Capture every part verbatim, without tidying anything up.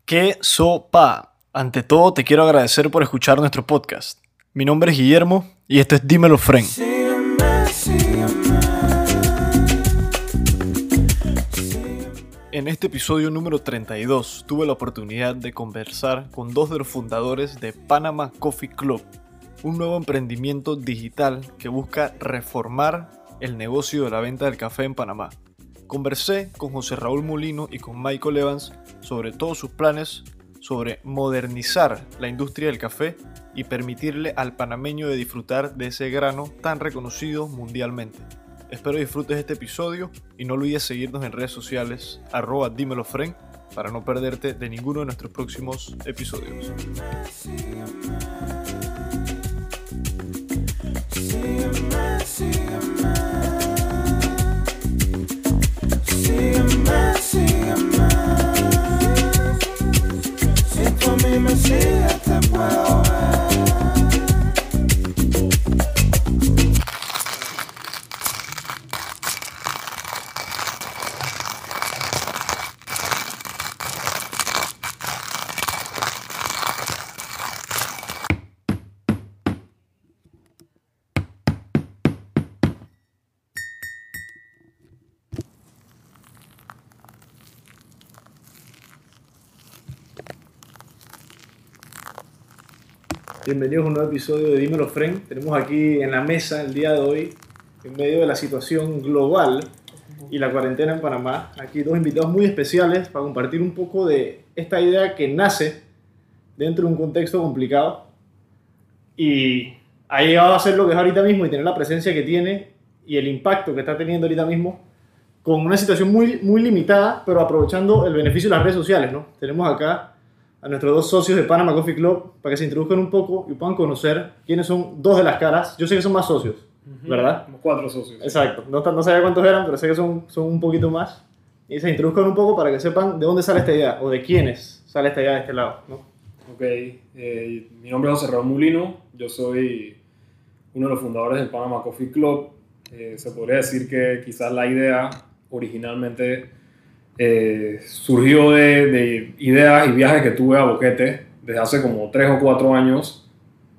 ¡Qué sopa! Ante todo, te quiero agradecer por escuchar nuestro podcast. Mi nombre es Guillermo y esto es Dímelo Fren. En este episodio número treinta y dos tuve la oportunidad de conversar con dos de los fundadores de Panama Coffee Club, un nuevo emprendimiento digital que busca reformar el negocio de la venta del café en Panamá. Conversé con José Raúl Molino y con Michael Evans sobre todos sus planes sobre modernizar la industria del café y permitirle al panameño de disfrutar de ese grano tan reconocido mundialmente. Espero disfrutes este episodio y no olvides seguirnos en redes sociales arroba dímelofren para no perderte de ninguno de nuestros próximos episodios. Bienvenidos a un nuevo episodio de Dímelo Fren. Tenemos aquí en la mesa el día de hoy, en medio de la situación global y la cuarentena en Panamá, aquí dos invitados muy especiales para compartir un poco de esta idea que nace dentro de un contexto complicado y ha llegado a ser lo que es ahorita mismo y tener la presencia que tiene y el impacto que está teniendo ahorita mismo con una situación muy, muy limitada, pero aprovechando el beneficio de las redes sociales, ¿no? Tenemos acá a nuestros dos socios de Panama Coffee Club para que se introduzcan un poco y puedan conocer quiénes son dos de las caras. Yo sé que son más socios, uh-huh. ¿verdad? Como cuatro socios. Exacto. No, no sabía cuántos eran, pero sé que son, son un poquito más. Y se introduzcan un poco para que sepan de dónde sale esta idea o de quiénes sale esta idea de este lado, ¿no? Ok. Eh, mi nombre es José Raúl Molino. Yo soy uno de los fundadores del Panama Coffee Club. Eh, se podría decir que quizás la idea originalmente Eh, surgió de, de ideas y viajes que tuve a Boquete desde hace como tres o cuatro años.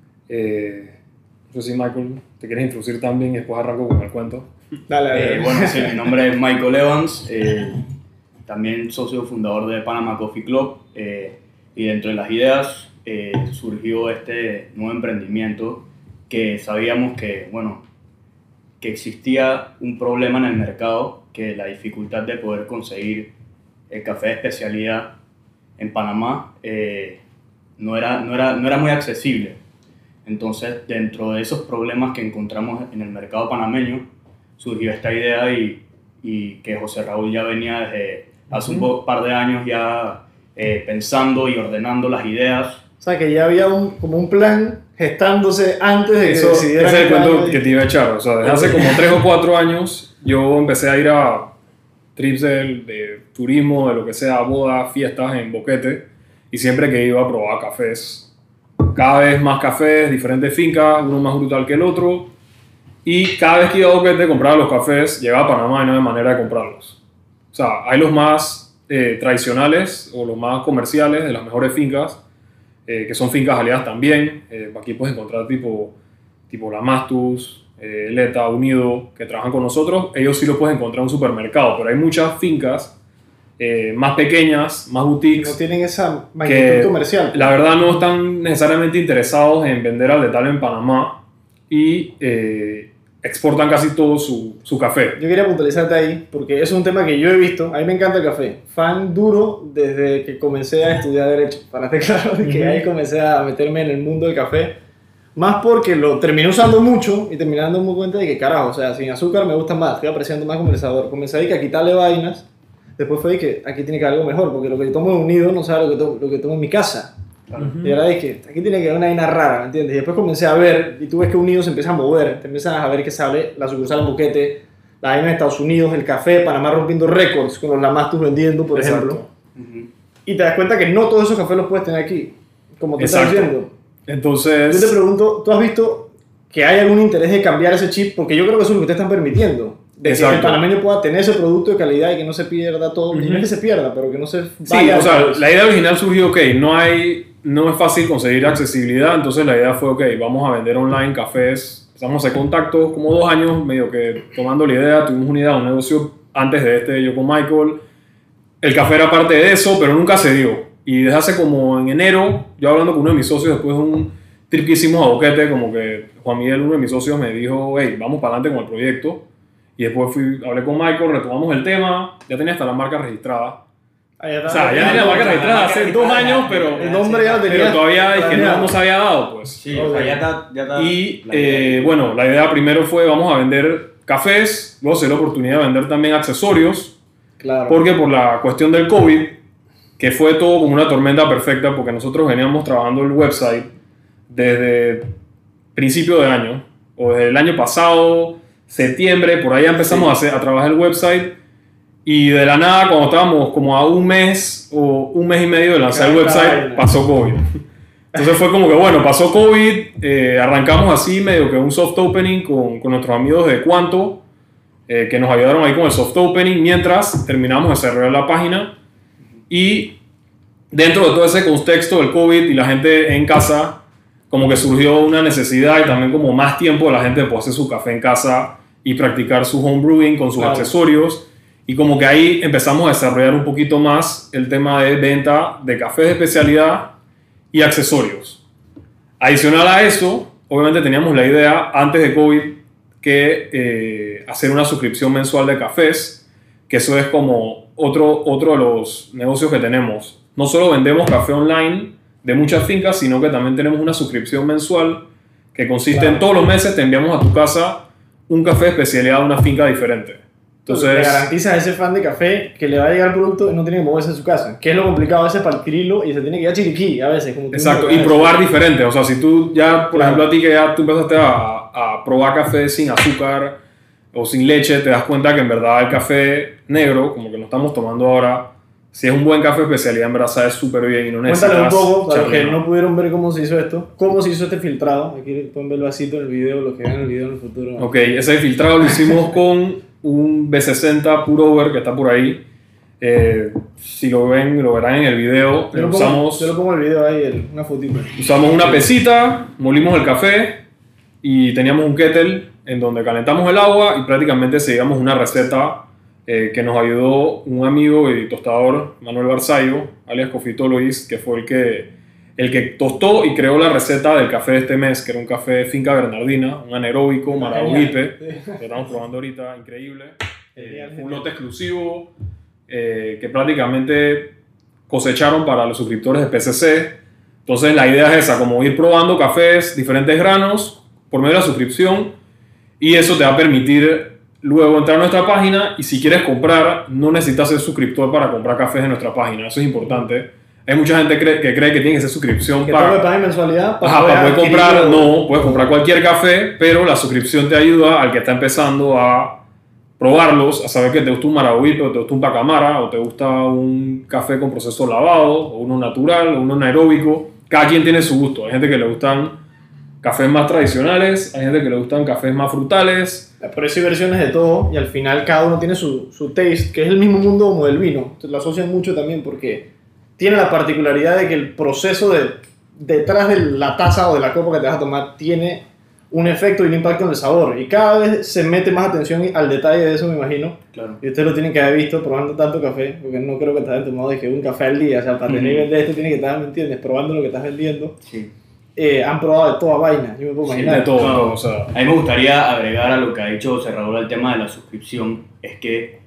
Eh, no sé si Michael te quieres introducir también y después arranco con el cuento. Dale, dale. Eh, bueno, sí, mi nombre es Michael Evans, eh, también socio fundador de Panama Coffee Club, eh, y dentro de las ideas eh, surgió este nuevo emprendimiento que sabíamos que, bueno, que existía un problema en el mercado, que la dificultad de poder conseguir el café de especialidad en Panamá eh, no, era, no, era, no era muy accesible. Entonces, dentro de esos problemas que encontramos en el mercado panameño, surgió esta idea y, y que José Raúl ya venía desde hace uh-huh. un par de años ya eh, pensando y ordenando las ideas. O sea, que ya había un, como un plan gestándose antes de que Eso, se decidiera. Ese es el cuento que te iba a echar. O sea, desde hace como tres o cuatro años yo empecé a ir a trips de, de turismo, de lo que sea, bodas, fiestas en Boquete, y siempre que iba a probar cafés. Cada vez más cafés, diferentes fincas, uno más brutal que el otro. Y cada vez que iba a Boquete compraba los cafés, llegaba a Panamá y no había manera de comprarlos. O sea, hay los más eh, tradicionales o los más comerciales de las mejores fincas, Eh, que son fincas aliadas también. Eh, aquí puedes encontrar tipo, tipo La Mastus, eh, Leta, Unido, que trabajan con nosotros. Ellos sí los puedes encontrar en un supermercado, pero hay muchas fincas eh, más pequeñas, más boutiques. No tienen esa magnitud comercial. La verdad no están necesariamente interesados en vender al detalle en Panamá y eh, exportan casi todo su, su café. Yo quería puntualizarte ahí, porque es un tema que yo he visto. A mí me encanta el café. Fan duro desde que comencé a estudiar Derecho. Para estar claro, de que ahí comencé a meterme en el mundo del café. Más porque lo terminé usando mucho y terminé dándome cuenta de que, carajo, o sea, sin azúcar me gusta más. Estoy apreciando más como el sabor. Comencé a, a quitarle vainas. Después fue de que aquí tiene que haber algo mejor, porque lo que yo tomo en Unido no sabe lo que tomo, lo que tomo en mi casa. Uh-huh. Y ahora es que aquí tiene que haber una vaina rara, ¿me entiendes? Y después comencé a ver, y tú ves que Unidos se empieza a mover, te empiezas a ver que sale la sucursal en Boquete, la vaina de Estados Unidos, el café, Panamá rompiendo récords con los Lamastus vendiendo, por Exacto. ejemplo. Uh-huh. Y te das cuenta que no todos esos cafés los puedes tener aquí, como tú estás diciendo. Entonces, yo te pregunto, ¿tú has visto que hay algún interés de cambiar ese chip? Porque yo creo que eso es lo que ustedes están permitiendo. de que el panameño pueda tener ese producto de calidad y que no se pierda todo, uh-huh. y no es que se pierda, pero que no se vaya. Sí, o sea, la idea original surgió, ok, no hay, no es fácil conseguir accesibilidad, entonces la idea fue, ok, vamos a vender online cafés, empezamos a hacer contactos, como dos años medio que tomando la idea, tuvimos una idea, un negocio antes de este, yo con Michael, el café era parte de eso, pero nunca se dio, y desde hace como en enero, yo hablando con uno de mis socios, después de un trip que hicimos a Boquete, como que Juan Miguel, uno de mis socios, me dijo, hey, vamos para adelante con el proyecto. Y después fui, hablé con Michael, retomamos el tema, ya tenía hasta la marca registrada. Ah, ya o sea, ya tenía la marca registrada hace dos años, pero, el nombre ya lo tenía, pero todavía es que no, no se había dado, pues. Sí, o sea, ya está, ya está. Y eh, bueno, la idea primero fue, vamos a vender cafés, luego se dio la oportunidad de vender también accesorios. Claro. Porque por la cuestión del COVID, que fue todo como una tormenta perfecta, porque nosotros veníamos trabajando el website desde principio de año, o desde el año pasado, septiembre, por ahí empezamos sí. a, hacer, a trabajar el website, y de la nada, cuando estábamos como a un mes o un mes y medio de lanzar el website, pasó COVID. Entonces fue como que, bueno, pasó COVID, eh, arrancamos así medio que un soft opening con, con nuestros amigos de Cuanto, eh, que nos ayudaron ahí con el soft opening, mientras terminamos de cerrar la página, y dentro de todo ese contexto del COVID y la gente en casa, como que surgió una necesidad y también como más tiempo de la gente de poder hacer su café en casa y practicar su home brewing con sus claro. accesorios, y como que ahí empezamos a desarrollar un poquito más el tema de venta de cafés de especialidad y accesorios. Adicional a eso, obviamente teníamos la idea antes de COVID que eh, hacer una suscripción mensual de cafés, que eso es como otro, otro de los negocios que tenemos. No solo vendemos café online de muchas fincas, sino que también tenemos una suscripción mensual que consiste claro. en todos los meses te enviamos a tu casa un café de especialidad de una finca diferente. Entonces, le garantizas a ese fan de café que le va a llegar el producto y no tiene que moverse a su casa, que es lo complicado a veces para adquirirlo y se tiene que ir a Chiriquí a veces. Como exacto, y probar diferente. O sea, si tú ya, por claro. ejemplo, a ti que ya tú empezaste a, a probar café sin azúcar o sin leche, te das cuenta que en verdad el café negro, como que lo estamos tomando ahora, si es un buen café de especialidad, en verdad sabe súper bien y no necesitas... Cuéntale un poco, para los que no pudieron ver cómo se hizo esto, cómo se hizo este filtrado. Aquí pueden ver el vasito en el video, los que vean el video en el futuro. Ok, ese filtrado lo hicimos con un B sesenta Pour Over que está por ahí. Eh, si lo ven, lo verán en el video. Yo lo pongo, usamos, yo lo pongo en el video ahí, el, una fotito. Usamos una pesita, molimos el café y teníamos un kettle en donde calentamos el agua y prácticamente seguíamos una receta eh, que nos ayudó un amigo y tostador, Manuel Barzallo, alias Cofitologies, que fue el que, el que tostó y creó la receta del café de este mes, que era un café de finca Bernardina, un anaeróbico, Marabogipe, que estamos probando ahorita, increíble. Eh, un lote exclusivo eh, que prácticamente cosecharon para los suscriptores de P C C. Entonces la idea es esa, como ir probando cafés, diferentes granos, por medio de la suscripción, y eso te va a permitir luego entrar a nuestra página, y si quieres comprar, no necesitas ser suscriptor para comprar cafés en nuestra página. Eso es importante. Hay mucha gente cree, que cree que tiene que ser suscripción que para... Que pagar mensualidad para, Ajá, poder, para poder comprar. el... No, puedes comprar cualquier café, pero la suscripción te ayuda al que está empezando a probarlos, a saber que te gusta un Marabogipe, o te gusta un Pacamara, o te gusta un café con proceso lavado, o uno natural, o uno anaeróbico. Cada quien tiene su gusto. Hay gente que le gustan cafés más tradicionales, hay gente que le gustan cafés más frutales. Por eso hay versiones de todo, y al final cada uno tiene su, su taste, que es el mismo mundo como el vino. Entonces, lo asocian mucho también porque tiene la particularidad de que el proceso de, detrás de la taza o de la copa que te vas a tomar tiene un efecto y un impacto en el sabor, y cada vez se mete más atención al detalle de eso, me imagino. Claro. Y ustedes lo tienen que haber visto probando tanto café, porque no creo que te hayan tomado de que un café al día, o sea, para tener nivel de esto tiene que estar, ¿me entiendes?, probando lo que estás vendiendo. Sí. Eh, han probado de toda vaina, yo me puedo imaginar. Sí, de todo, no, todo, o sea. A mí me gustaría agregar a lo que ha dicho José Raúl al tema de la suscripción, es que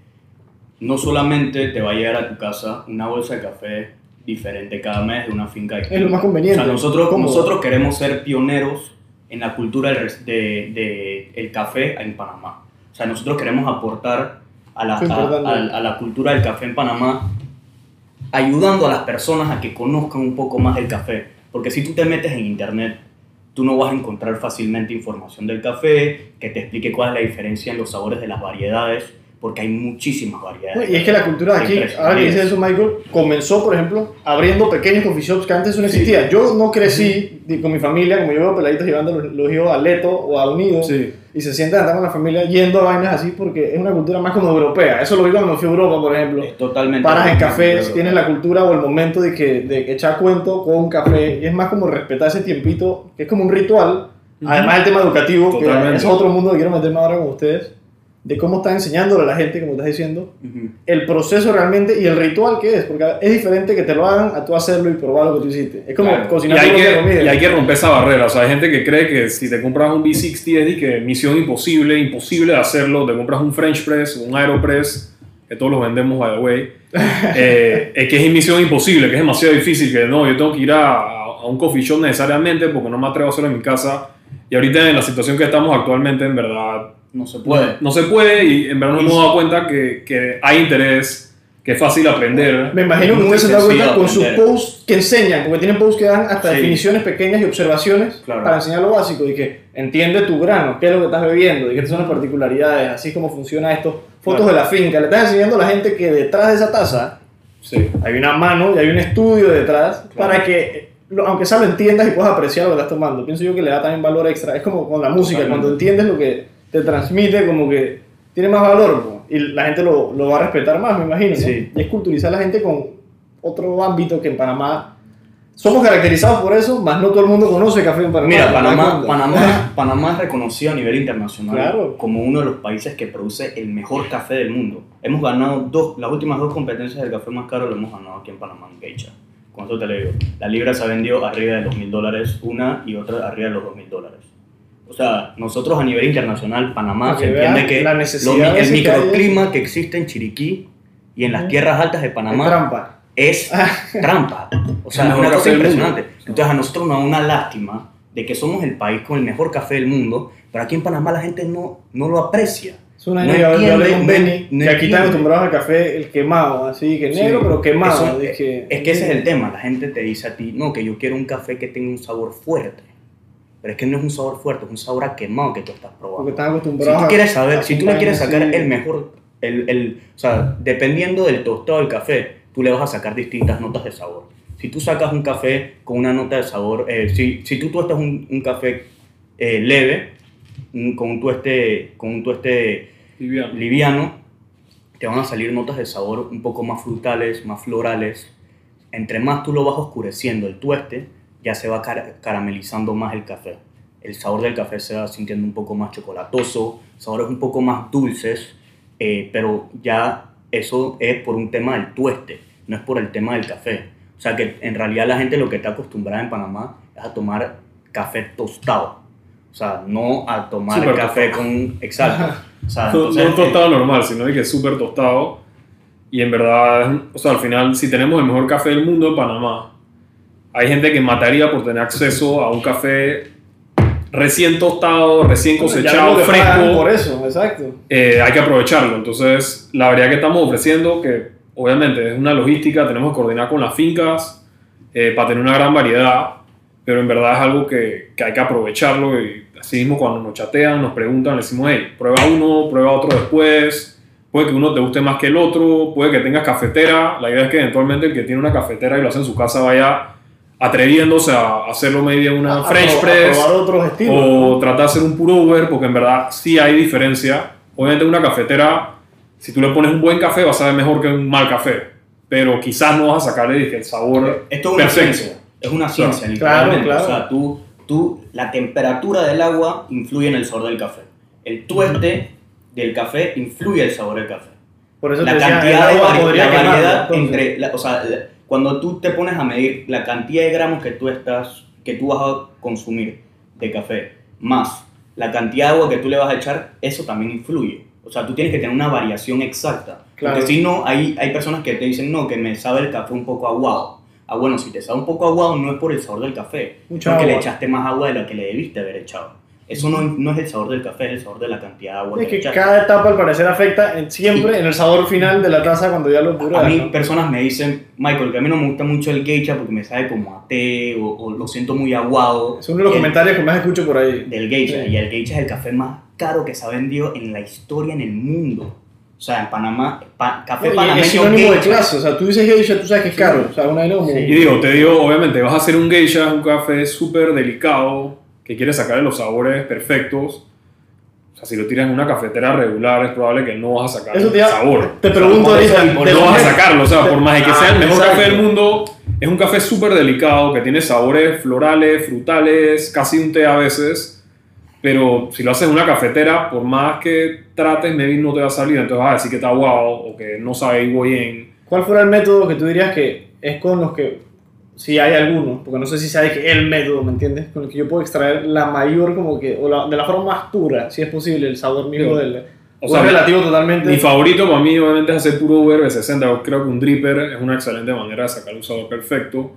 no solamente te va a llegar a tu casa una bolsa de café diferente cada mes de una finca de... Es lo más conveniente. O sea, nosotros, nosotros queremos ser pioneros en la cultura del de, de, el café en Panamá. O sea, nosotros queremos aportar a la, a, a, a la cultura del café en Panamá, ayudando a las personas a que conozcan un poco más del café. Porque si tú te metes en internet, tú no vas a encontrar fácilmente información del café, que te explique cuál es la diferencia en los sabores de las variedades, porque hay muchísimas variedades. Y es que la cultura de aquí, ahora que dices eso, Michael, comenzó, por ejemplo, abriendo pequeños coffee shops que antes no existían. Sí. Yo no crecí uh-huh. con mi familia, como yo veo peladitos llevando los, los hijos a Leto o a Unido. Sí. y se sientan a estar con la familia yendo a vainas así porque es una cultura más como europea. Eso lo vi cuando fui a Europa, por ejemplo. Es totalmente. Paras en cafés, europeo. tienes la cultura o el momento de que de echar cuento con un café y es más como respetar ese tiempito, que es como un ritual. Además el tema educativo, Totalmente. que es otro mundo que quiero meterme ahora con ustedes, de cómo están enseñándole a la gente, como estás diciendo, Ujú. el proceso realmente y el ritual que es, porque es diferente que te lo hagan a tú hacerlo y probar lo que tú hiciste. Es como Claro. Y cocinar hay, tu propia que, comida. y hay que romper esa barrera. O sea, hay gente que cree que si te compras un V sesenta es de que misión imposible, imposible de hacerlo. Te compras un French Press, un Aeropress, que todos los vendemos, by the way. Eh, es que es misión imposible, que es demasiado difícil. Que no, yo tengo que ir a, a un coffee shop necesariamente porque no me atrevo a hacerlo en mi casa. Y ahorita en la situación que estamos actualmente, en verdad, No se puede. no se puede y en verdad nos hemos dado cuenta que, que hay interés, que es fácil aprender. Me imagino Es que muy ustedes se dan cuenta sencillo con sus aprender. posts que enseñan, porque tienen posts que dan hasta Sí. definiciones pequeñas y observaciones Claro. para enseñar lo básico, y que entiende tu grano, qué es lo que estás bebiendo, y qué son las particularidades, así como funciona esto. Fotos Claro. de la finca, le estás enseñando a la gente que detrás de esa taza Sí. hay una mano y hay un estudio detrás para que, lo- aunque sea lo entiendas y puedas apreciar lo que estás tomando. Pienso yo que le da también valor extra. Es como con la música, Totalmente. cuando entiendes lo que te transmite, como que tiene más valor, po, y la gente lo, lo va a respetar más, me imagino, ¿no? Sí. Y es culturizar a la gente con otro ámbito que en Panamá somos caracterizados por eso, más no todo el mundo conoce café en Panamá. Mira, ¿te das Panamá, cuenta? Panamá, Panamá es reconocido a nivel internacional Claro. como uno de los países que produce el mejor café del mundo. Hemos ganado dos, las últimas dos competencias del café más caro lo hemos ganado aquí en Panamá, en Geisha. Con eso te lo digo. La libra se ha vendido arriba de los mil dólares una y otra arriba de los dos mil dólares. O sea, nosotros a nivel internacional, Panamá, Para que se entiende vean que la lo- necesidad de el ese microclima que existe en Chiriquí y en las Ujú. tierras altas de Es Panamá trampa. es trampa. O sea, El es mejor una cosa café del mundo. impresionante. Entonces a nosotros nos da una lástima de que somos el país con el mejor café del mundo, pero aquí en Panamá la gente no, no lo aprecia. Es una No yo, yo hablé entiende, con no- Benny, no que aquí entiende. están acostumbrados al café el quemado, así que negro, Sí. pero quemado. Eso- dije, Es que ese es el tema. La gente te dice a ti, no, que yo quiero un café que tenga un sabor fuerte. Pero es que no es un sabor fuerte, es un sabor a quemado que tú estás probando. Porque están Si acostumbrados tú a- quieres saber, si tú le a- quieres sacar así. el mejor, el, el, o sea, dependiendo del tostado del café, tú le vas a sacar distintas notas de sabor. Si tú sacas un café con una nota de sabor, eh, si, si tú tuestas un, un café eh, leve, un- con un tueste, con un tueste Liviano. liviano, te van a salir notas de sabor un poco más frutales, más florales. Entre más tú lo vas oscureciendo el tueste, ya se va car- caramelizando más el café. El sabor del café se va sintiendo un poco más chocolatoso, sabores un poco más dulces, eh, pero ya eso es por un tema del tueste, no es por el tema del café. O sea que en realidad la gente lo que está acostumbrada en Panamá es a tomar café tostado. O sea, no a tomar Súper café tostado. con... Exacto. O sea, No, entonces, no tostado normal, sino de que es súper tostado. Y en verdad, o sea, al final, si tenemos el mejor café del mundo en Panamá, hay gente que mataría por tener acceso a un café recién tostado, recién Ya cosechado, lo que pagan fresco. por eso, exacto. Eh, hay que aprovecharlo. Entonces, la verdad que estamos ofreciendo, que obviamente es una logística, tenemos que coordinar con las fincas eh, para tener una gran variedad, pero en verdad es algo que, que hay que aprovecharlo. Y así mismo cuando nos chatean, nos preguntan, le decimos, hey, prueba uno, prueba otro después. Puede que uno te guste más que el otro, puede que tengas cafetera. La idea es que eventualmente el que tiene una cafetera y lo hace en su casa vaya atreviéndose a hacerlo medio una A- a French pro- a Press probar otros estilos, o ¿no? tratar de hacer un pour over, porque en verdad sí hay diferencia. Obviamente una cafetera, si tú le pones un buen café, va a saber mejor que un mal café, pero quizás no vas a sacarle dije, el sabor esto es una perfecto. ciencia. Es una ciencia, Claro, literalmente. claro. O sea, tú, tú, la temperatura del agua influye en el sabor del café. El tueste del café influye en el sabor del café. Por eso La te decía, el cantidad de agua vari- podría la quemarlo, variedad entonces. entre, la- o sea, la- cuando tú te pones a medir la cantidad de gramos que tú estás, que tú vas a consumir de café, más la cantidad de agua que tú le vas a echar, eso también influye. O sea, tú tienes que tener una variación exacta. Claro. Porque si no, hay, hay personas que te dicen, no, que me sabe el café un poco aguado. Ah, bueno, si te sabe un poco aguado no es por el sabor del café, Mucha porque le agua. echaste más agua de lo que le debiste haber echado. Eso no, no es el sabor del café, es el sabor de la cantidad de agua Es que que le echaste. cada etapa al parecer afecta en- siempre en el sabor final de la taza cuando ya lo pruebas. A mí ¿no? personas me dicen, Michael, que a mí no me gusta mucho el geisha porque me sabe como a té o, o lo siento muy aguado. Es uno de los El- comentarios que más escucho por ahí. Del geisha. Sí. Y el geisha es el café más caro que se ha vendido en la historia en el mundo. O sea, en Panamá, pa- café No, y panameño es sinónimo de geisha. clase, o sea, tú dices geisha, tú sabes que es caro, o sea, una vaina como... Sí. Y digo, te digo, obviamente vas a hacer un geisha, un café súper delicado, que quiere sacarle los sabores perfectos. sea, si lo tiras en una cafetera regular es probable que no vas a sacar Eso te, el sabor. te pregunto O sea, ahorita. por No de vas a los- sacarlo, o sea, por más de que Ah, sea el mejor exacto. café del mundo, es un café súper delicado, que tiene sabores florales, frutales, casi un té a veces, pero si lo haces en una cafetera, por más que trates, maybe no te va a salir, entonces vas a decir que está aguado o que no sabe igual bien. ¿Cuál fuera el método que tú dirías que es con los que, si hay alguno, porque no sé si sabes que el método, ¿me entiendes? Con el que yo puedo extraer la mayor, como que, o la, de la forma más pura, si es posible, el sabor mismo Sí. del... O O sea, es relativo totalmente. Mi favorito para mí obviamente es hacer puro over B sesenta, yo creo que un dripper es una excelente manera de sacar un sabor perfecto.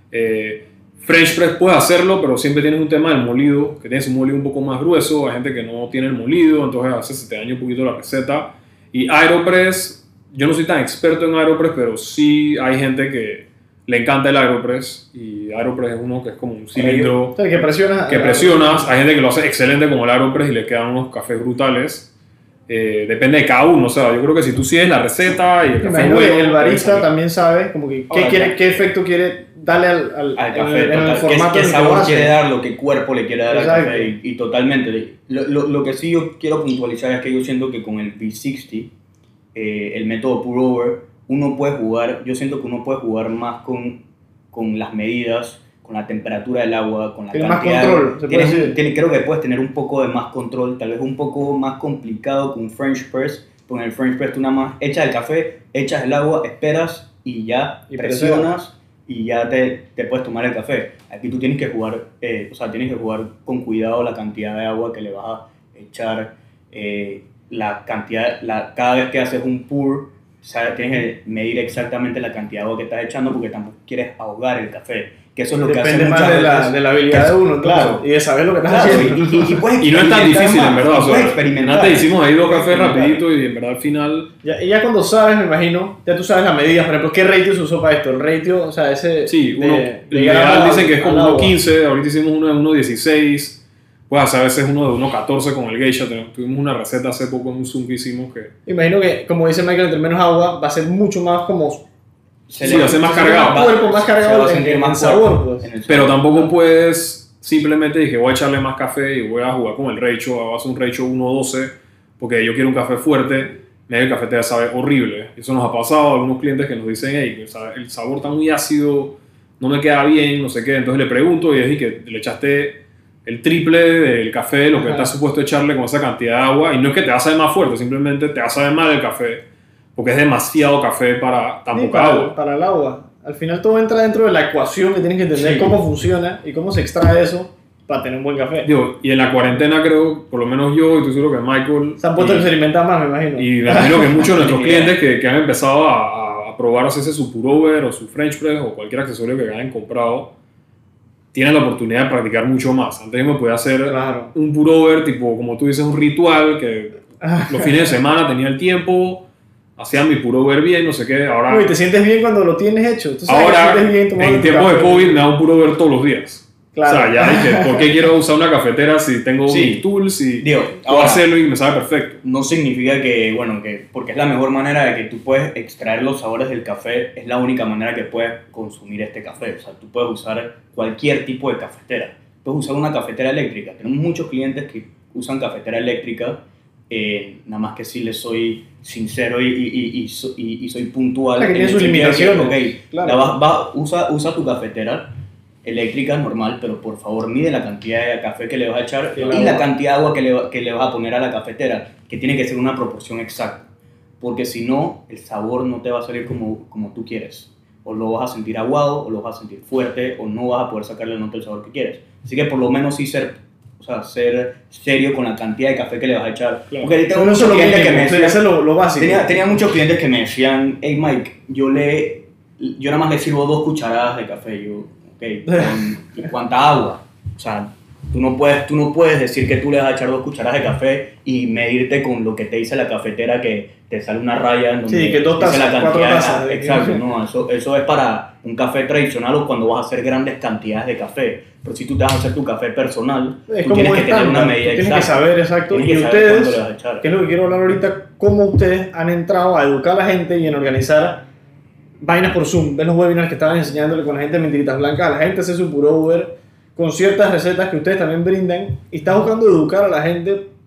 Eh, French press puedes hacerlo, pero siempre tienes un tema del molido, que tienes un molido un poco más grueso, hay gente que no tiene el molido, entonces a veces se te daña un poquito la receta. Y Aeropress, yo no soy tan experto en Aeropress, pero sí hay gente que le encanta el Aeropress, y Aeropress es uno que es como un cilindro O sea, que presionas. que presionas, hay gente que lo hace excelente como el Aeropress y le quedan unos cafés brutales. Eh, depende de cada uno, o sea, yo creo que si tú sigues la receta y el Me café imagino bueno, que el barista puedes salir. también sabe como que qué, Ahora, quiere, ya. qué efecto quiere darle al, al, al en café, el- en el total. formato ¿Qué, en qué el que lo sabor hace. quiere dar, lo que cuerpo le quiere dar Exacto. al café, y, y totalmente. Lo, lo, lo que sí yo quiero puntualizar es que yo siento que con el V sesenta, eh, el método pour over, uno puede jugar, yo siento que uno puede jugar más con, con las medidas, con la temperatura del agua, con la Tiene más cantidad. control, se puede Tienes- decir. tiene- creo que puedes tener un poco de más control, tal vez un poco más complicado con French press. Con el French press tú nada más echas el café, echas el agua, esperas y ya Y presionas y ya te, te puedes tomar el café. Aquí tú tienes que jugar, eh, o sea, tienes que jugar con cuidado la cantidad de agua que le vas a echar, eh, la cantidad, la, cada vez que haces un pour, o sea, tienes que medir exactamente la cantidad de agua que estás echando, porque tampoco quieres ahogar el café, que eso es lo que hace Depende más muchas de la, veces. de la habilidad de uno, claro, y de saber lo que estás Claro, haciendo. y, y, y puedes Y no es tan experimentar difícil, más, en verdad. y O puedes sea, experimentar. antes hicimos ahí dos cafés Experimentar. rapidito y en verdad al final... Ya, y ya cuando sabes, me imagino, ya tú sabes las medidas, por ejemplo, ¿qué ratio se usó para esto? El ratio, o sea, ese... Sí, de- uno, de el grado ideal al- dicen que es al como uno agua. quince, ahorita hicimos uno de uno dieciséis, puedes hacer a veces uno de uno catorce con el geisha, Ten- tuvimos una receta hace poco en un Zoom que hicimos que... Imagino que, como dice Michael, entre menos agua va a ser mucho más como... Se Sí, le- va a ser más se cargado. siente cuerpo más se- se cargado va a en- sentir en más sabor, cuerpo pues. en el Pero sabor. tampoco puedes simplemente dije voy a echarle más café y voy a jugar con el ratio, voy a hacer un ratio uno doce porque yo quiero un café fuerte, medio el café te sabe horrible. Eso nos ha pasado a algunos clientes que nos dicen, hey, el sabor está muy ácido, no me queda bien, no sé qué. Entonces le pregunto y es que le echaste el triple del café de lo que Ajá. estás supuesto echarle con esa cantidad de agua, y no es que te va a saber más fuerte, simplemente te va a saber mal el café porque es demasiado café para tan Sí, poca para, agua. para el agua. Al final todo entra dentro de la ecuación que tienes que entender Sí. cómo funciona y cómo se extrae eso para tener un buen café. Digo, y en la cuarentena creo, por lo menos yo, y estoy seguro que Michael... Se han puesto y- a experimentar más, me imagino. Y me imagino que muchos de nuestros Ni clientes que, que han empezado a, a probar hacerse su pour-over o su French press o cualquier accesorio que hayan comprado, tienen la oportunidad de practicar mucho más. Antes yo me podía hacer Claro. un pour-over, tipo, como tú dices, un ritual, que los fines de semana tenía el tiempo, hacía mi pour-over bien, no sé qué. Ahora, Uy, te sientes bien cuando lo tienes hecho. Tú sabes que ahora te sientes bien tomando en tu tiempos de café. COVID me da un pour-over todos los días. Claro. O sea, ya dije, ¿por qué quiero usar una cafetera si tengo Sí. mis tools y Digo, puedo ahora- hacerlo y me sabe perfecto? No significa que, bueno, que porque es la mejor manera de que tú puedes extraer los sabores del café, es la única manera que puedes consumir este café. O sea, tú puedes usar cualquier tipo de cafetera. Puedes usar una cafetera eléctrica. Tenemos muchos clientes que usan cafetera eléctrica, eh, nada más que si les soy sincero y, y, y, y, so- y- y soy puntual. La que en tiene el sus sentido de que, limitaciones, ok, claro. la vas- va- usa, usa tu cafetera eléctrica normal, pero por favor mide la cantidad de café que le vas a echar Y y el la agua. cantidad de agua que le, va- que le vas a poner a la cafetera, que tiene que ser una proporción exacta, porque si no, el sabor no te va a salir como, como tú quieres. O lo vas a sentir aguado, o lo vas a sentir fuerte, o no vas a poder sacarle la nota del sabor que quieres. Así que por lo menos sí ser, o sea, ser serio con la cantidad de café que le vas a echar. Claro. Porque tengo Pero eso muchos es lo clientes que mínimo, me sí, decían, eso es lo, lo básico. Tenía, tenía muchos clientes que me decían, hey Mike, yo le, yo nada más le sirvo dos cucharadas de café. Yo, ok, ¿con- ¿y cuánta agua? O sea, tú no, puedes, tú no puedes decir que tú le vas a echar dos cucharadas de café y medirte con lo que te dice la cafetera, que te sale una raya en donde Sí, que dos dice tazas, la cuatro cantidad. tazas de- Exacto, no, eso, eso es para un café tradicional o cuando vas a hacer grandes cantidades de café. Pero si tú te vas a hacer tu café personal, Es tú como tienes un que tener una estándar, medida tú tienes exacta. que saber exacto. Tienes Y que saber cuánto le ustedes, vas a echar. que es lo que quiero hablar ahorita, cómo ustedes han entrado a educar a la gente y en organizar vainas por Zoom. Ven los webinars que estaban enseñándole con la gente de Mentiritas Blancas, a la gente hace su pour-over con ciertas recetas que ustedes también brindan y está buscando educar a la gente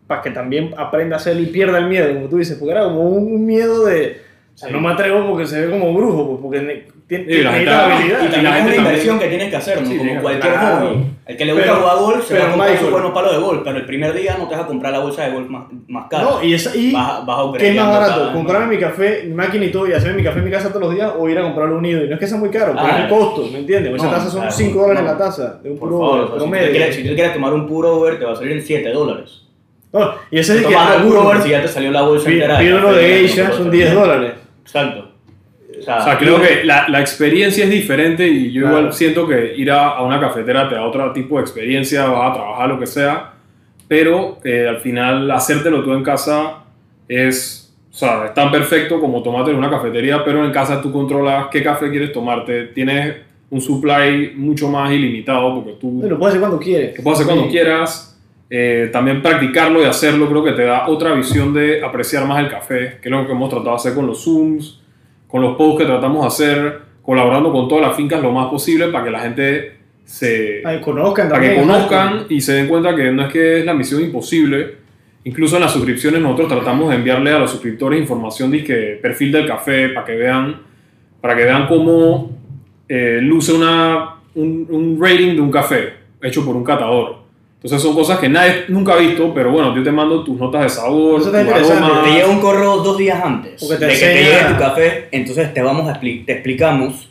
para que también aprenda a hacerlo y pierda el miedo, como tú dices, porque era como un, un miedo de, o sea, Sí. no me atrevo porque se ve como brujo, pues, porque ne- tiene, Y la gente- necesita habilidad. Y la también es gente una también- inversión que tienes que hacer, ¿no? Sí, Como tienes- cualquier claro. hobby. El que le gusta Pero- jugar golf se va pero, a comprar Michael- sus buenos palos de golf, pero el primer día no te vas a comprar la bolsa de golf más, más cara. No, y, esa, y Vas a- vas ¿qué es más upgradeando barato? cada vez ¿Comprarme más. mi café, mi máquina y todo y hacerme mi café en mi casa todos los días o ir a comprarlo unido? Y no es que sea muy caro, pero Ah, es el costo, ¿me entiendes? Esa no, taza son claro, cinco dólares no. la taza de un Por puro favor, o sea, si, tú promedio. quieres, si tú quieres tomar un puro over, te va a salir en siete dólares. No, y ese es Te el que tomas el puro over alguno si ya te salió la bolsa pi- entera. pide uno café, de ya Geisha, no te son lo diez salió. dólares. Exacto. O sea, O sea, creo que la, la experiencia es diferente y yo Claro. igual siento que ir a, a una cafetera te da otro tipo de experiencia, vas a trabajar lo que sea, pero eh, al final hacértelo tú en casa es, o sea, es tan perfecto como tomártelo en una cafetería, pero en casa tú controlas qué café quieres tomarte, tienes un supply mucho más ilimitado porque tú Lo puedes hacer cuando quieres. lo puedes hacer cuando quieras. Eh, también practicarlo y hacerlo creo que te da otra visión de apreciar más el café, que es lo que hemos tratado de hacer con los Zooms, con los posts que tratamos de hacer, colaborando con todas las fincas lo más posible para que la gente se... Ay, conozcan para que también. conozcan y se den cuenta que no es que es la misión imposible. Incluso en las suscripciones nosotros tratamos de enviarle a los suscriptores información de que perfil del café para que vean, para que vean cómo eh, luce una, un, un rating de un café hecho por un catador. Entonces son cosas que nadie nunca ha visto, pero bueno, yo te mando tus notas de sabor, Eso tu está interesante. aroma. te llega un correo dos días antes Porque te de que te enseña- llegue tu café, entonces te vamos a expli- te explicamos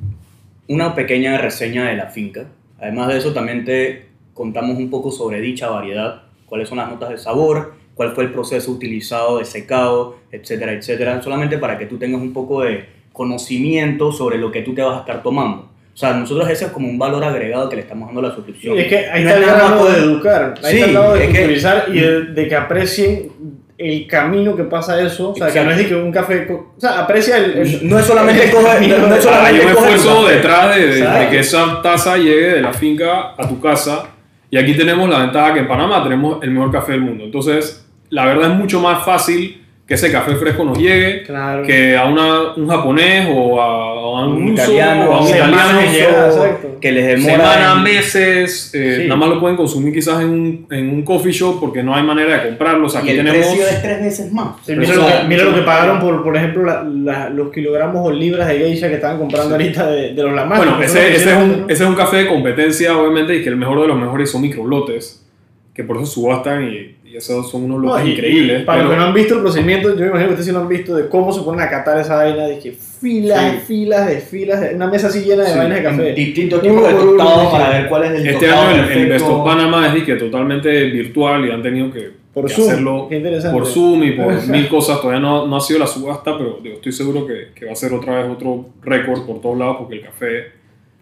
una pequeña reseña de la finca. Además de eso, también te contamos un poco sobre dicha variedad, cuáles son las notas de sabor, cuál fue el proceso utilizado de secado, etcétera, etcétera, solamente para que tú tengas un poco de conocimiento sobre lo que tú te vas a estar tomando. O sea, nosotros ese es como un valor agregado que le estamos dando a la suscripción. Sí, es que ahí No está es el nada más lado de poder- educar, ahí Sí, está el lado de es que- culturizar y de, de que aprecien el camino que pasa eso. O sea, que no es de que un café. co- O sea, aprecia el. el- No es solamente coger, no, no es O sea, hay solamente un coger tu esfuerzo café. detrás de, de- de Exacto. que esa taza llegue de la finca a tu casa. Y aquí tenemos la ventaja que en Panamá tenemos el mejor café del mundo. Entonces, la verdad es mucho más fácil que ese café fresco nos llegue Claro. que a una, un japonés o a, a un, Un ruso italiano, o a un semanas italiano. que llega, exacto. que les demora Semanas, en- meses, eh, Sí. nada más lo pueden consumir quizás en un, en un coffee shop porque no hay manera de comprarlo. O sea, y aquí el tenemos... precio es tres veces más. Sí, O mira, sea, lo que, mira lo que pagaron por, por ejemplo, la- la- los kilogramos o libras de geisha que estaban comprando ahorita de, de los lamas. Bueno, ese, ese, es un, ese es un café de competencia, obviamente, y que el mejor de los mejores son microlotes, que por eso subastan y, y esos son unos lotes increíbles. Para los pero- que no han visto el procedimiento, yo me imagino que ustedes sí lo han visto de cómo se ponen a catar esa vaina, de que filas Sí. y filas de filas, de, una mesa así llena de Sí, vainas de café. distintos Uno tipos de por uno, tostados sí. para ver cuál es el Este tostado año el, el perfecto. Best of Panama es de que totalmente virtual y han tenido que, Por que Zoom, hacerlo qué interesante. por Zoom y por mil cosas. Todavía no, no ha sido la subasta, pero digo, estoy seguro que, que va a ser otra vez otro récord por todos lados porque el café,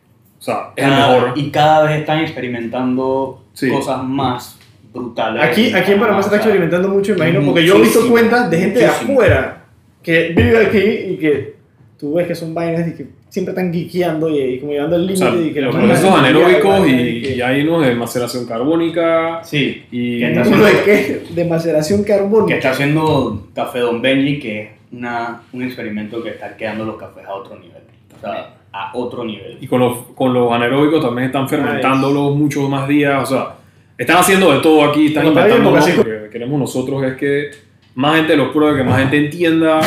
o sea, es el Cada- mejor. Y cada vez están experimentando Sí. cosas más brutales. Aquí, aquí en Panamá se está O sea, experimentando mucho, imagino, porque yo he visto muchísimo, cuentas de gente de muchísimo. afuera que vive aquí y que tú ves que son vainas y que siempre están geekeando y, y como llevando el O límite sea, y que los la procesos mandan a anaeróbicos geekear, y, que- y hay unos de maceración carbónica Sí, y que está ¿Uno de qué? De maceración carbónica. que está haciendo Café Don Benji, que es una, un experimento que está quedando los cafés a otro nivel. O sea, a otro nivel. Y con los, con los anaeróbicos también están fermentándolos muchos más días. O sea, están haciendo de todo aquí, están Bueno, está bien, inventando. porque así- Lo que queremos nosotros es que más gente los pruebe, que más gente entienda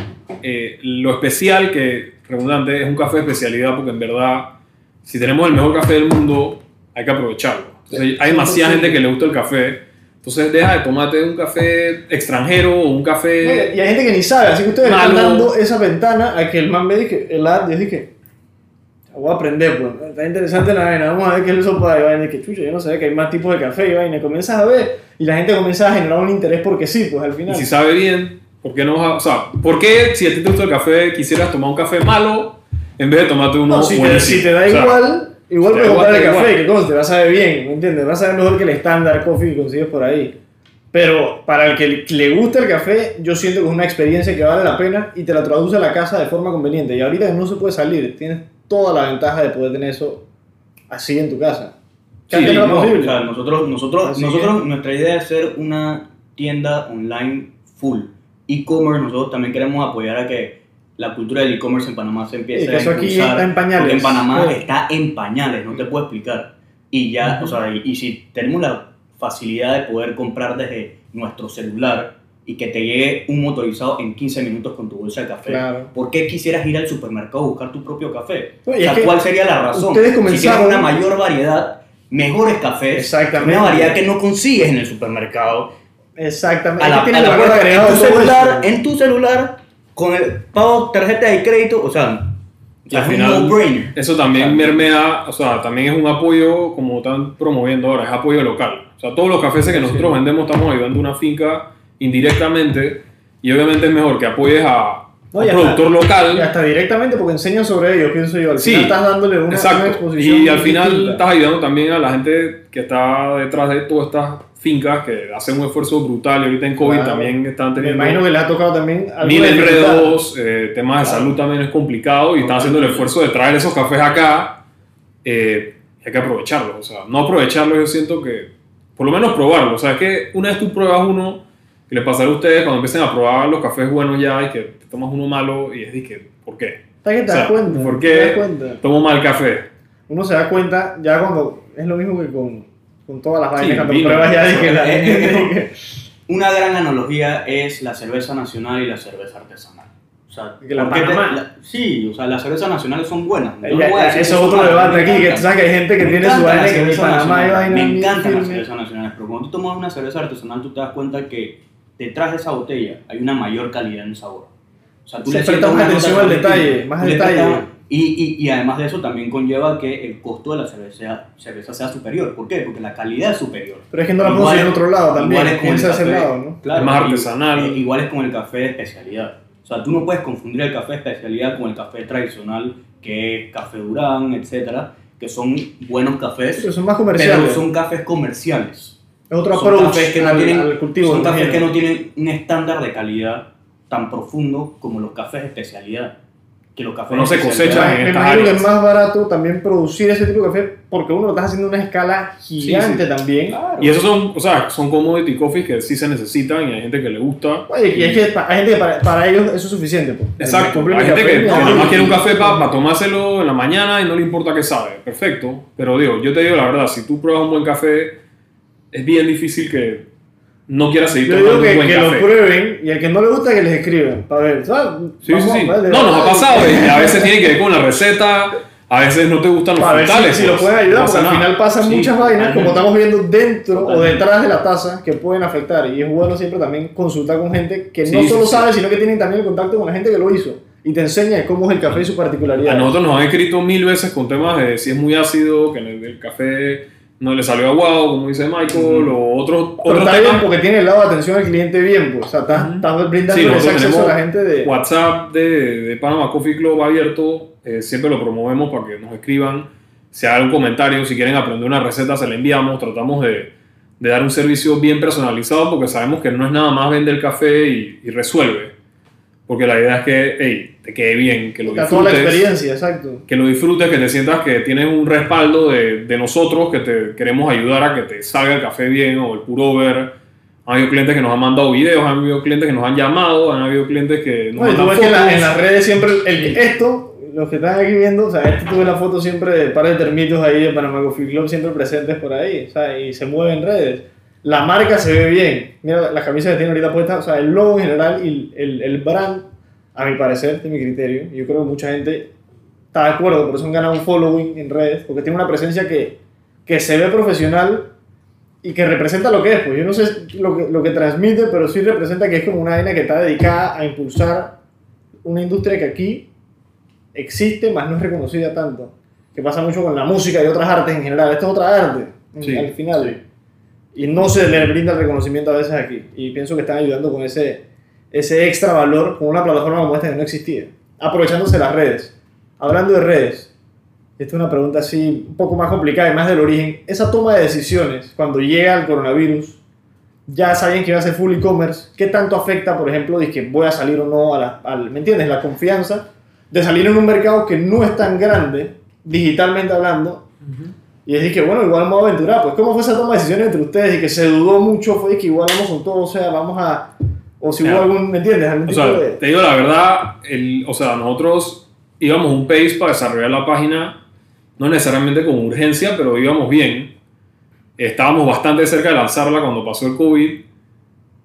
eh, lo especial que, redundante, es un café de especialidad, porque en verdad, si tenemos el mejor café del mundo, hay que aprovecharlo. Entonces, hay demasiada gente que le gusta el café. Entonces, deja de tomarte un café extranjero o un café. Y hay gente que ni sabe, así que ustedes le están Malo. dando esa ventana a que el man me dije, el ad, yo dije, voy a aprender, pues, está interesante la vaina, vamos a ver qué es eso para y vaina, y que chucha, yo no sabía que hay más tipos de café y vaina, y comienzas a ver, y la gente comienza a generar un interés porque sí, pues al Y final. si sabe bien, ¿por qué no vas a- o sea, ¿por qué si a ti te gusta el café quisieras tomar un café malo en vez de tomarte uno No, si, te, buenísimo? si te da O sea, igual, igual te puedes da comprar el igual, café, igual. que conste, va a saber bien, ¿me entiendes? Va a saber mejor que el estándar coffee que consigues por ahí. Pero para el que le gusta el café, yo siento que es una experiencia que vale la pena y te la traduce a la casa de forma conveniente. Y ahorita que no se puede salir, tienes toda la ventaja de poder tener eso así en tu casa. Que Sí, antes no era No, posible. o sea, nosotros, nosotros, Así nosotros nuestra idea es ser una tienda online full. E-commerce, nosotros también queremos apoyar a que la cultura del e-commerce en Panamá se empiece Y que eso a aquí impulsar, está en pañales. porque en Panamá Sí. está en pañales, no te puedo explicar. Y ya, Ujú. o sea, y, y si tenemos la facilidad de poder comprar desde nuestro celular y que te llegue un motorizado en quince minutos con tu bolsa de café. Claro. ¿Por qué quisieras ir al supermercado a buscar tu propio café? No, O sea, ¿cuál sería la razón? ustedes Si tienes comenzaron- una mayor variedad, mejores cafés, Exactamente. una variedad que no consigues en el supermercado. Exactamente. A la, Es que tiene a la el valor puerta, agregado en, tu de todo celular, eso. en tu celular, con el pago tarjeta de crédito, o sea, Y al es un final, no-brainer. eso también Claro. mermea, o sea, también es un apoyo, como están promoviendo ahora, es apoyo local. O sea, todos los cafés que nosotros Sí. vendemos estamos ayudando a una finca indirectamente, y obviamente es mejor que apoyes a No, un y hasta- productor local. Y hasta directamente porque enseñan sobre ellos, pienso yo. Al Sí, final estás dándole una, una Exacto. exposición Y al final distinta. estás ayudando también a la gente que está detrás de todas estas fincas que hacen un esfuerzo brutal y ahorita en COVID Claro. también están Me teniendo imagino que les ha tocado también algo mil de dificultad. enredos, eh, temas de Claro. salud también es complicado y están haciendo el esfuerzo de traer esos cafés acá. Eh, hay que aprovecharlos, o sea, no aprovecharlos, yo siento que, por lo menos probarlos. O sea, es que una vez tú pruebas uno, que les pasará a ustedes cuando empiecen a probar los cafés buenos ya y que te tomas uno malo y es de que, ¿por qué? ¿Sabes que te O sea, das cuenta? ¿por Te das qué cuenta. tomo mal café? Uno se da cuenta ya cuando es lo mismo que con, con todas las vainas, Sí, cuando vino. pruebas ya de que la Eh, gente eh, dice Una gran analogía es la cerveza nacional y la cerveza artesanal. O sea, Que la ¿por qué te- Panamá. la- sí, o sea, las cervezas nacionales son buenas. que- Yo no ya- voy a ya, decir eso que es son otro malas, debate me aquí, que encantan. tú sabes que hay gente que Me tiene su encantan vaina las que en cervezas Panamá hay nacionales, vainas Me bien encantan las firmes. cervezas nacionales, pero cuando tú tomas una cerveza artesanal, tú te das cuenta que detrás de esa botella hay una mayor calidad en el sabor. O sea, tú Se le presta sientes más una atención nota al distinta. detalle, más Tú le detalle. prestas- Y, y, y además de eso también conlleva que el costo de la cerveza, cerveza sea superior. ¿Por qué? Porque la calidad es superior. Pero es que no la puedo Igual conseguir en es- otro lado también. igual es con el Piensa ese café, lado, ¿no? claro, Es más y- artesanal. eh, igual es con el café de especialidad. O sea, tú no puedes confundir el café de especialidad con el café tradicional, que es café Durán, etcétera, que son buenos cafés, Pero son más pero comerciales. son cafés comerciales. Es otro Son approach cafés que no al, tienen, al cultivo. son cafés imagino. que no tienen un estándar de calidad tan profundo como los cafés de especialidad. Que los cafés No de se especialidad- cosechan en Me estas imagino que áreas. es más barato también producir ese tipo de café porque uno lo estás haciendo en una escala gigante Sí, sí. también. Claro. Y esos son, o sea, son commodity coffees que sí se necesitan y hay gente que le gusta. Oye, y es que pa- hay gente que para, para ellos eso es suficiente. Pues. Exacto, Cumple hay mi gente café, que mi no, café. nada más quiere un café para tomárselo en la mañana y no le importa qué sabe, perfecto, pero digo, yo te digo la verdad, si tú pruebas un buen café, es bien difícil que no quieras seguir Yo tomando digo que, un buen que café. lo prueben y al que no le gusta que les escriban. Para ver, ¿sabes? Sí, Vamos, sí, sí. vale, No, nos ha vale. pasado y a veces tiene que ver con la receta, a veces no te gustan los Para ver si, frutales. si lo pues, pueden ayudar, no porque pasa al nada. final pasan Sí, muchas vainas, como totalmente. estamos viendo dentro o Totalmente. detrás de la taza, que pueden afectar. Y es bueno siempre también consultar con gente que no Sí, solo sí, sí. sabe, sino que tienen también el contacto con la gente que lo hizo. Y te enseña cómo es el café y su particularidad. A nosotros nos han escrito mil veces con temas de si es muy ácido, que el, el café no le salió aguado, como dice Michael, o otros, Pero otros está bien temas. porque tiene el lado de atención al cliente bien, pues. O sea, estás, Ujú. estás brindando Sí, ese nosotros acceso a tenemos la gente de... WhatsApp de, de Panama Coffee Club abierto, eh, siempre lo promovemos para que nos escriban, si hay algún comentario, si quieren aprender una receta se la enviamos, tratamos de, de dar un servicio bien personalizado porque sabemos que no es nada más vender café y, y resuelve, porque la idea es que hey, te quede bien, que lo Está toda la disfrutes, experiencia, exacto. que lo disfrutes, que te sientas que tienes un respaldo de, de nosotros, que te queremos ayudar a que te salga el café bien o el pour-over. Han habido clientes que nos han mandado videos, han habido clientes que nos han llamado, han habido clientes que nos No, y tú mandan ves que en, la- fotos. en las redes siempre, el, esto, los que están aquí viendo, o sea, esto tuve la foto siempre de par de termitos ahí de Panama Coffee Club siempre presentes por ahí, o sea, y se mueve en redes. La marca se ve bien, mira las camisas que tiene ahorita puestas, o sea, el logo en general y el, el brand, a mi parecer, de mi criterio, yo creo que mucha gente está de acuerdo, por eso han ganado un following en redes, porque tiene una presencia que, que se ve profesional y que representa lo que es, pues yo no sé lo que, lo que transmite, pero sí representa que es como una vaina que está dedicada a impulsar una industria que aquí existe, más no es reconocida tanto, que pasa mucho con la música y otras artes en general. Esto es otra arte, Sí, al final. Y no se le brinda el reconocimiento a veces aquí. Y pienso que están ayudando con ese, ese extra valor con una plataforma como esta que no existía. Aprovechándose las redes. Hablando de redes, esta es una pregunta así un poco más complicada y más del origen. Esa toma de decisiones, cuando llega el coronavirus, ya sabían que iba a ser full e-commerce, ¿qué tanto afecta, por ejemplo, de que voy a salir o no a la, al, ¿me entiendes? La confianza de salir en un mercado que no es tan grande, digitalmente hablando, y es de que, bueno, igual me voy a aventurar. Pues, ¿cómo fue esa toma de decisiones entre ustedes? Y que se dudó mucho, fue de que igual vamos con todo, o sea, vamos a... O si hubo Claro. algún, ¿me entiendes? Algún O tipo sea, de... te digo la verdad, el, o sea, nosotros íbamos un pace para desarrollar la página, no necesariamente con urgencia, pero íbamos bien. Estábamos bastante cerca de lanzarla cuando pasó el COVID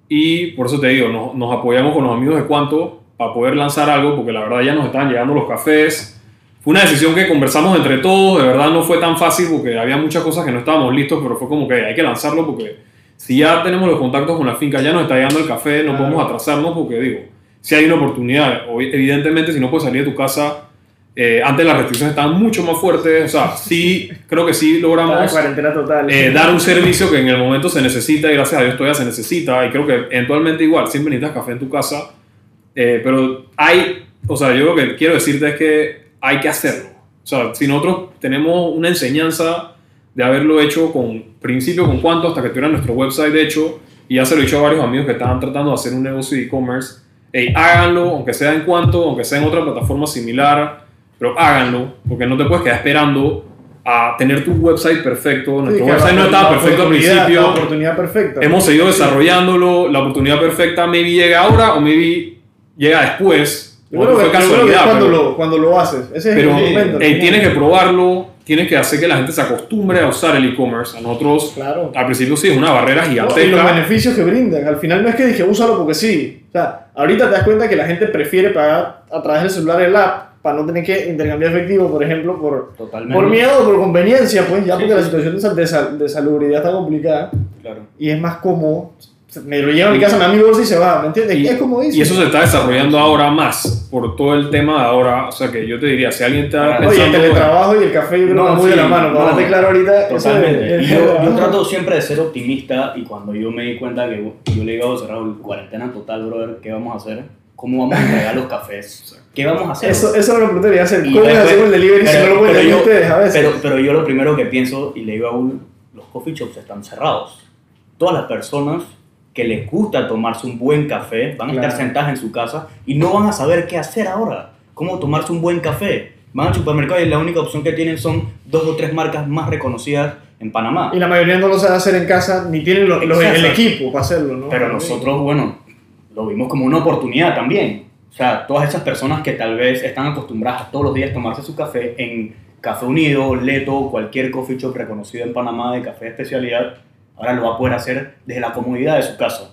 y por eso te digo, nos, nos apoyamos con los amigos de Cuanto para poder lanzar algo, porque la verdad ya nos estaban llegando los cafés. Fue una decisión que conversamos entre todos, de verdad no fue tan fácil porque había muchas cosas que no estábamos listos, pero fue como que hay que lanzarlo porque si ya tenemos los contactos con la finca, ya nos está llegando el café, no Claro. podemos atrasarnos porque digo, si hay una oportunidad, o- evidentemente si no puedes salir de tu casa, eh, antes las restricciones estaban mucho más fuertes, o sea, sí, creo que sí Está logramos la cuarentena total. eh, dar un servicio que en el momento se necesita y gracias a Dios todavía se necesita y creo que eventualmente igual, siempre necesitas café en tu casa, eh, pero hay, o sea, yo lo que quiero decirte es que hay que hacerlo. O sea, si nosotros tenemos una enseñanza de haberlo hecho con principio con Cuanto hasta que tuviera nuestro website hecho, y ya se lo he dicho a varios amigos que estaban tratando de hacer un negocio de e-commerce, hey, háganlo, aunque sea en Cuanto, aunque sea en otra plataforma similar, pero háganlo, porque no te puedes quedar esperando a tener tu website perfecto. Nuestro Sí, website la- no estaba la perfecto al oportunidad- principio. La oportunidad perfecta. Hemos seguido Sí. desarrollándolo, la oportunidad perfecta maybe llega ahora o maybe llega después. Yo O creo fue que, yo creo que es casualidad, cuando, pero- lo, cuando lo haces. Ese es pero el momento. eh, tienes que probarlo, tienes que hacer que la gente se acostumbre a usar el e-commerce. A nosotros, Claro. al principio sí, es una barrera No, y los gigantesca. beneficios que brindan. Al final no es que dije úsalo porque sí. O sea, ahorita te das cuenta que la gente prefiere pagar a través del celular el app para no tener que intercambiar efectivo, por ejemplo, por, Totalmente. por miedo o por conveniencia, pues ya Sí, porque sí. la situación de, sal- de, sal- de salubridad está complicada Claro. y es más cómodo. Me lo llevo a mi casa, me da mi bolsa y se va, ¿me entiendes? Y, es como dice. y eso se está desarrollando ahora más por todo el tema de ahora. O sea, que yo te diría, si alguien está Oye, Oye, el pensando... teletrabajo y el café yo creo No, que van muy sí, de la mano. Para no, hablarte claro ahorita, eso Totalmente. es- Y yo, yo trato siempre de ser optimista y cuando yo me di cuenta que yo le digo a cerrado cuarentena total, brother, ¿qué vamos a hacer? ¿Cómo vamos a entregar los cafés? ¿Qué vamos a hacer? Eso, eso es lo que preguntaría hacer. Y ¿Cómo después- hacemos el delivery si pero- no lo pueden pero hacer yo- ustedes a veces? Pero, pero yo lo primero que pienso y le digo a Ul, los coffee shops están cerrados. Todas las personas que les gusta tomarse un buen café van a Claro. estar sentadas en su casa y no van a saber qué hacer ahora. ¿Cómo tomarse un buen café? Van al supermercado y la única opción que tienen son dos o tres marcas más reconocidas en Panamá. Y la mayoría no lo sabe hacer en casa, ni tienen los- los- el Exacto. equipo para hacerlo, ¿no? Pero nosotros, bueno, lo vimos como una oportunidad también. O sea, todas esas personas que tal vez están acostumbradas a todos los días tomarse su café en Café Unido, Leto, cualquier coffee shop reconocido en Panamá de café de especialidad, ahora lo va a poder hacer desde la comodidad de su casa.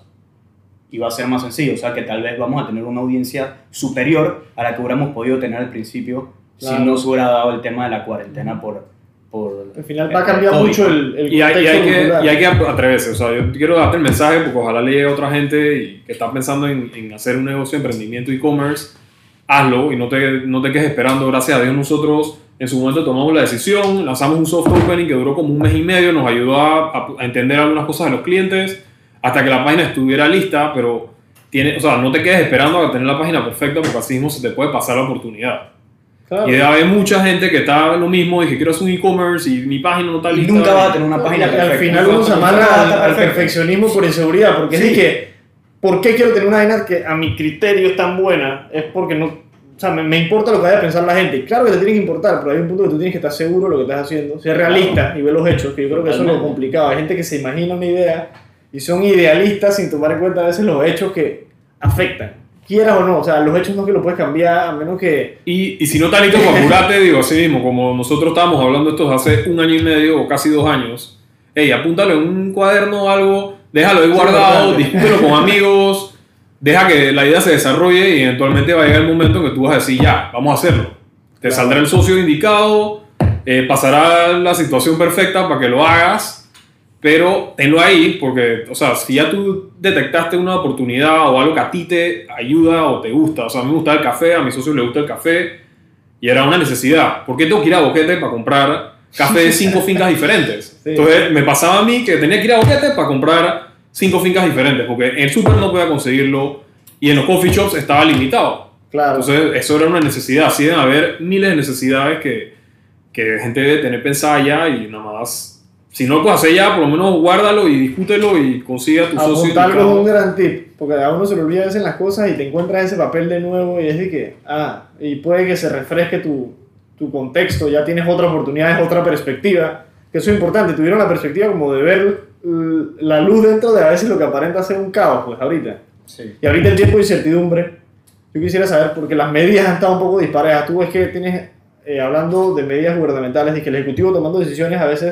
Y va a ser más sencillo. O sea, que tal vez vamos a tener una audiencia superior a la que hubiéramos podido tener al principio Claro. si no se hubiera dado el tema de la cuarentena por... por Al final va a cambiar el COVID. mucho el, el Y hay, y contexto hay que, cultural. y hay que atreverse. O sea, yo quiero darte el mensaje porque ojalá le llegue a otra gente y que está pensando en, en hacer un negocio de emprendimiento e-commerce. Hazlo y no te, no te quedes esperando. Gracias a Dios nosotros en su momento tomamos la decisión, lanzamos un soft opening que duró como un mes y medio, nos ayudó a, a, a entender algunas cosas de los clientes hasta que la página estuviera lista, pero tiene, o sea, no te quedes esperando a tener la página perfecta porque así mismo se te puede pasar la oportunidad. Claro. Y debe haber mucha gente que está en lo mismo y que quiero hacer un e-commerce y mi página no está Y lista. nunca va a tener una Y página al perfecta. final uno se Nunca amarra va a al, estar al perfecta. perfeccionismo por inseguridad, porque Sí. es de que, ¿por qué quiero tener una vaina que a mi criterio es tan buena? Es porque no, o sea, me, me importa lo que vaya a pensar la gente. Claro que te tiene que importar, pero hay un punto que tú tienes que estar seguro de lo que estás haciendo, ser realista y ver los hechos, que yo creo que eso es lo Totalmente. complicado. Hay gente que se imagina una idea y son idealistas sin tomar en cuenta a veces los hechos que afectan, quieras o no. O sea, los hechos no es que lo puedes cambiar a menos que... Y, y si no está listo, pues apurate, digo, así mismo, como nosotros estábamos hablando de esto hace un año y medio o casi dos años, hey, apúntalo en un cuaderno o algo, déjalo ahí Sí, guardado, totalmente. discútelo con amigos, deja que la idea se desarrolle y eventualmente va a llegar el momento en que tú vas a decir, ya, vamos a hacerlo. Te Claro. saldrá el socio indicado, eh, pasará la situación perfecta para que lo hagas, pero tenlo ahí porque, o sea, si ya tú detectaste una oportunidad o algo que a ti te ayuda o te gusta, o sea, a mí me gusta el café, a mi socio le gusta el café y era una necesidad. ¿Por qué tengo que ir a Boquete para comprar café de cinco fincas diferentes? Sí. Entonces me pasaba a mí que tenía que ir a Boquete para comprar cinco fincas diferentes porque en el súper no podía conseguirlo y en los coffee shops estaba limitado. Claro. Entonces eso era una necesidad. Así deben haber miles de necesidades que, que gente debe tener pensada ya y nada más. Si no lo puedes hacer ya, por lo menos guárdalo y discútelo y consigue a tu socio Apuntarlo es indicado. un gran tip, porque a uno se le olvida a veces las cosas y te encuentras ese papel de nuevo y es de que, ah, y puede que se refresque tu, tu contexto, ya tienes otra oportunidad, es otra perspectiva, que eso es importante, tuvieron la perspectiva como de ver l- la luz dentro de a veces lo que aparenta ser un caos, pues ahorita. Sí. Y ahorita el tiempo de incertidumbre, yo quisiera saber, porque las medidas han estado un poco disparejas, tú ves que tienes, eh, hablando de medidas gubernamentales, y que el Ejecutivo tomando decisiones a veces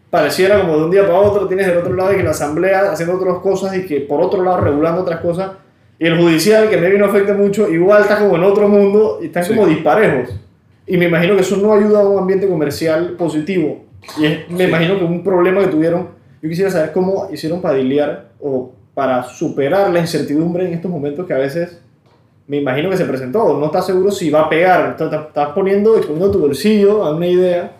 pareciera como de un día para otro, tienes del otro lado y que la asamblea haciendo otras cosas y que por otro lado regulando otras cosas, y el judicial, que maybe no afecta mucho, igual está como en otro mundo y están sí. como disparejos. Y me imagino que eso no ayuda a un ambiente comercial positivo. Y es, me sí. imagino que un problema que tuvieron, yo quisiera saber cómo hicieron para lidiar o para superar la incertidumbre en estos momentos que a veces me imagino que se presentó. No estás seguro si va a pegar, estás poniendo, exponiendo tu bolsillo a una idea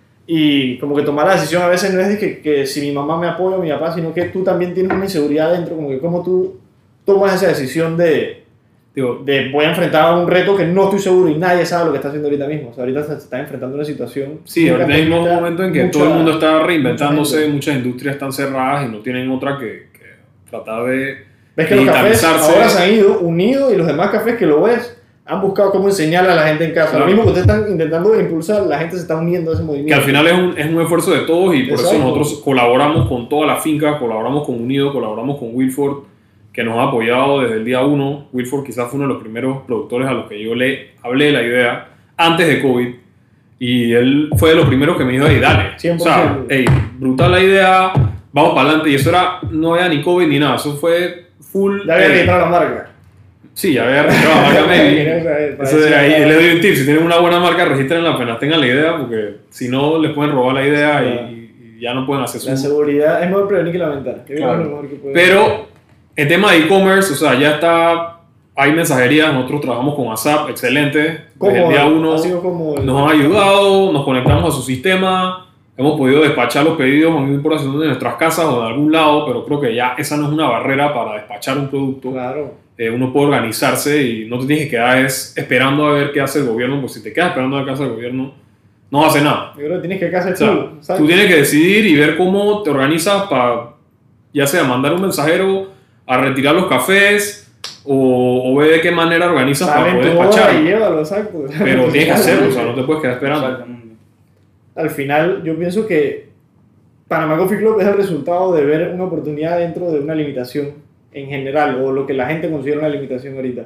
y como que tomar la decisión a veces no es de que, que si mi mamá me apoya o mi papá, sino que tú también tienes una inseguridad dentro, como que cómo tú tomas esa decisión de, Digo, de voy a enfrentar a un reto que no estoy seguro y nadie sabe lo que está haciendo ahorita mismo. O sea, ahorita se está enfrentando a una situación... Sí, ahorita mismo es un momento en que mucha, todo el mundo está reinventándose, mucha muchas industrias están cerradas y no tienen otra que, que tratar de ¿Ves que los cafés ahora se han ido unidos y los demás cafés que lo ves han buscado cómo enseñarle a la gente en casa? Claro. Lo mismo que ustedes están intentando impulsar, la gente se está uniendo a ese movimiento. Que al final es un, es un esfuerzo de todos y por Exacto. eso nosotros colaboramos con todas las fincas, colaboramos con Unido, colaboramos con Wilford, que nos ha apoyado desde el día uno. Wilford quizás fue uno de los primeros productores a los que yo le hablé de la idea antes de COVID. Y él fue de los primeros que me dijo, hey, dale. cien por ciento. O sea, hey, brutal la idea, vamos para adelante. Y eso era, no había ni COVID ni nada, eso fue full... Ya había registrado la marca. Sí, ya había registrado la marca, maybe. Eso de ahí, le doy un tip, si tienen una buena marca, registrenla apenas tengan la idea, porque si no, les pueden robar la idea claro. y, y ya no pueden hacer su... La seguridad es mejor prevenir que lamentar. Claro. Lo mejor que puede Pero... El tema de e-commerce, o sea, ya está, hay mensajería, nosotros trabajamos con ASAP, excelente, desde el día uno nos han ayudado, nos conectamos a su sistema, hemos podido despachar los pedidos, no importa si son de nuestras casas o de algún lado, pero creo que ya esa no es una barrera para despachar un producto. Claro. Eh, uno puede organizarse y no te tienes que quedar es esperando a ver qué hace el gobierno, porque si te quedas esperando a ver qué hace el gobierno, no va a hacer nada. Yo creo que tienes que hacer o sea, tú. Tú tienes que decidir y ver cómo te organizas para, ya sea mandar un mensajero a retirar los cafés o, o ver de qué manera organizas para poder despachar. Y llévalo, exacto. Pero tienes que hacerlo, o sea, no te puedes quedar esperando. Al final, yo pienso que Panama Coffee Club es el resultado de ver una oportunidad dentro de una limitación en general, o lo que la gente considera una limitación ahorita.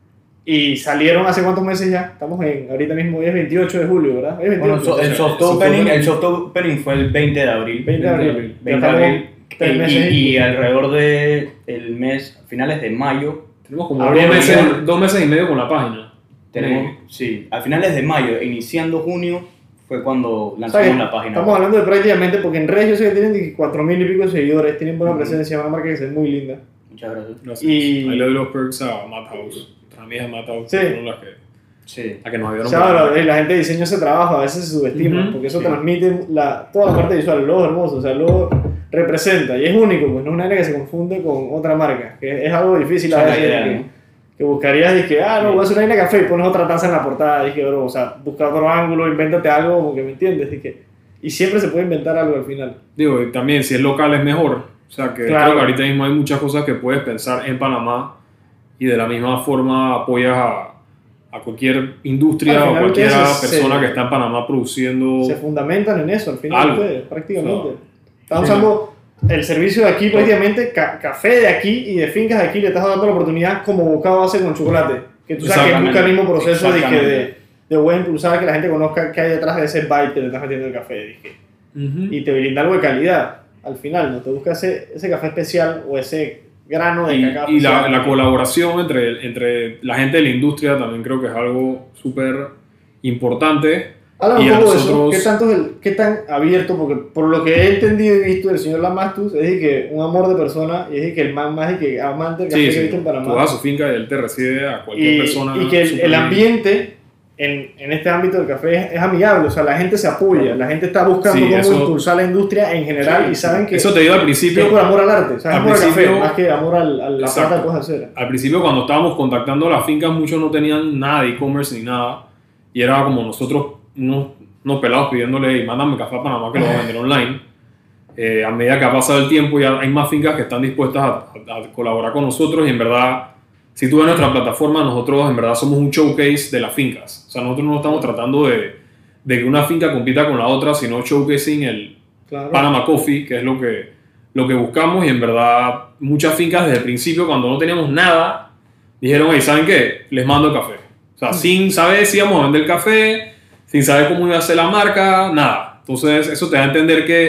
Y salieron hace cuántos meses ya, estamos en, ahorita mismo hoy es veintiocho de julio, ¿verdad? Hoy es veintiocho. Bueno, el soft opening, el soft opening fue el veinte de abril. veinte de abril. veinte de abril. Y, y, y alrededor de el mes, finales de mayo, tenemos como dos meses, dos meses y medio con la página. Tenemos, sí. sí, a finales de mayo, iniciando junio, fue cuando lanzamos o sea, la página. Estamos hablando de prácticamente, porque en redes yo sé que tienen cuatro mil y pico de seguidores, tienen buena presencia, una marca que es muy linda. Muchas gracias. gracias. Y... Ahí le doy los perks a Madhouse, nuestras amigas de Madhouse, sí. son las que... Sí. A que nos ayudaron. O sea, la, la gente de diseño ese trabajo a veces se subestima, uh-huh. porque eso sí. transmite la, toda la parte visual, el logo hermoso, o sea, el logo representa y es único, pues no es una área que se confunde con otra marca, que es algo difícil a veces, idea, que, ¿no? que buscarías y que, ah, no, voy a hacer una harina de café y pones otra taza en la portada, y que, bro, o sea, busca otro ángulo, invéntate algo, como que me entiendes, y, que, y siempre se puede inventar algo al final. Digo, y también si es local es mejor, o sea, que claro. creo que ahorita mismo hay muchas cosas que puedes pensar en Panamá y de la misma forma apoyas a a cualquier industria o cualquier persona se, que está en Panamá produciendo. Se fundamentan en eso, al final, ustedes, prácticamente. O sea, estás usando el servicio de aquí, prácticamente, ca café de aquí y de fincas de aquí, le estás dando la oportunidad como Bocado hace con chocolate. Que tú sabes que busca el mismo proceso de, que de, de voy a impulsar que la gente conozca qué hay detrás de ese bite que le estás metiendo el café. Dije. Uh-huh. Y te brinda algo de calidad. Al final, no te busca ese, ese café especial o ese grano de y, cacao. Y la, la colaboración entre, entre la gente de la industria también creo que es algo súper importante. Habla un poco nosotros... de eso, ¿qué, tanto es el, ¿qué tan abierto? Porque por lo que he entendido y visto del señor Lamastus, es de que un amor de persona y es de que el man más de que amante del café sí, que sí. viste en Panamá. Tú vas a su finca y él te recibe a cualquier y, persona. Y que el, el ambiente en, en este ámbito del café es, es amigable, o sea, la gente se apoya, la gente está buscando sí, cómo eso, impulsar la industria en general sí, y saben que eso te digo al principio, es por amor al arte, o sea, es por el café, más que amor al, a la plata que puedes hacer. Al principio cuando estábamos contactando a las fincas, muchos no tenían nada de e-commerce ni nada, y era como nosotros, unos, unos pelados pidiéndole, mándame café a Panamá que lo voy a vender online. Eh, a medida que ha pasado el tiempo, ya hay más fincas que están dispuestas a, a, a colaborar con nosotros y en verdad... Si tú ves nuestra plataforma, nosotros en verdad somos un showcase de las fincas. O sea, nosotros no estamos tratando de, de que una finca compita con la otra, sino showcasing el claro. Panama Coffee, que es lo que, lo que buscamos. Y en verdad, muchas fincas desde el principio, cuando no teníamos nada, dijeron, hey, ¿saben qué? Les mando el café. O sea, mm. sin saber si íbamos a vender el café, sin saber cómo iba a ser la marca, nada. Entonces, eso te da a entender que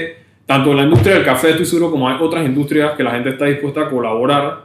tanto en la industria del café estoy seguro como hay otras industrias que la gente está dispuesta a colaborar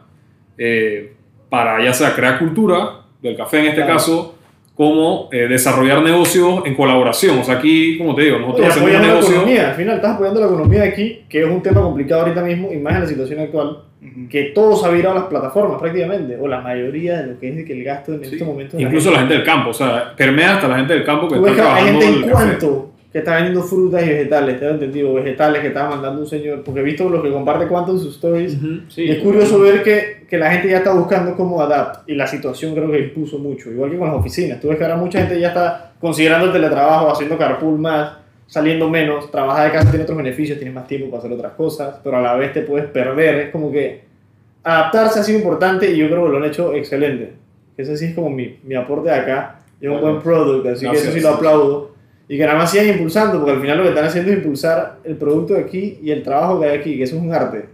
eh, para ya sea crear cultura del café en este claro. caso, como eh, desarrollar negocios en colaboración. O sea, aquí, como te digo, nosotros Oye, hacemos apoyando la negocios... economía, al final estás apoyando la economía de aquí, que es un tema complicado ahorita mismo, y más en la situación actual, Ujú. que todo se ha virado a las plataformas prácticamente, o la mayoría de lo que es de que el gasto en Sí. estos momentos... de la Incluso la gente del campo, o sea, permea hasta la gente del campo que Tú está ves que hay trabajando gente en el café. cuanto que está vendiendo frutas y vegetales, te lo entendido, vegetales que estaba mandando un señor, porque he visto lo que comparte cuánto en sus stories, Ujú. Sí, y es curioso ver que, que la gente ya está buscando cómo adaptar, y la situación creo que impuso mucho, igual que con las oficinas, tú ves que ahora mucha gente ya está considerando el teletrabajo, haciendo carpool más, saliendo menos, trabajar de casa tiene otros beneficios, tienes más tiempo para hacer otras cosas, pero a la vez te puedes perder, es como que adaptarse ha sido importante y yo creo que lo han hecho excelente, ese sí es como mi, mi aporte de acá, es un buen product, así que eso sí lo aplaudo. Y que nada más sigan impulsando, porque al final lo que están haciendo es impulsar el producto de aquí y el trabajo que hay aquí, que eso es un arte.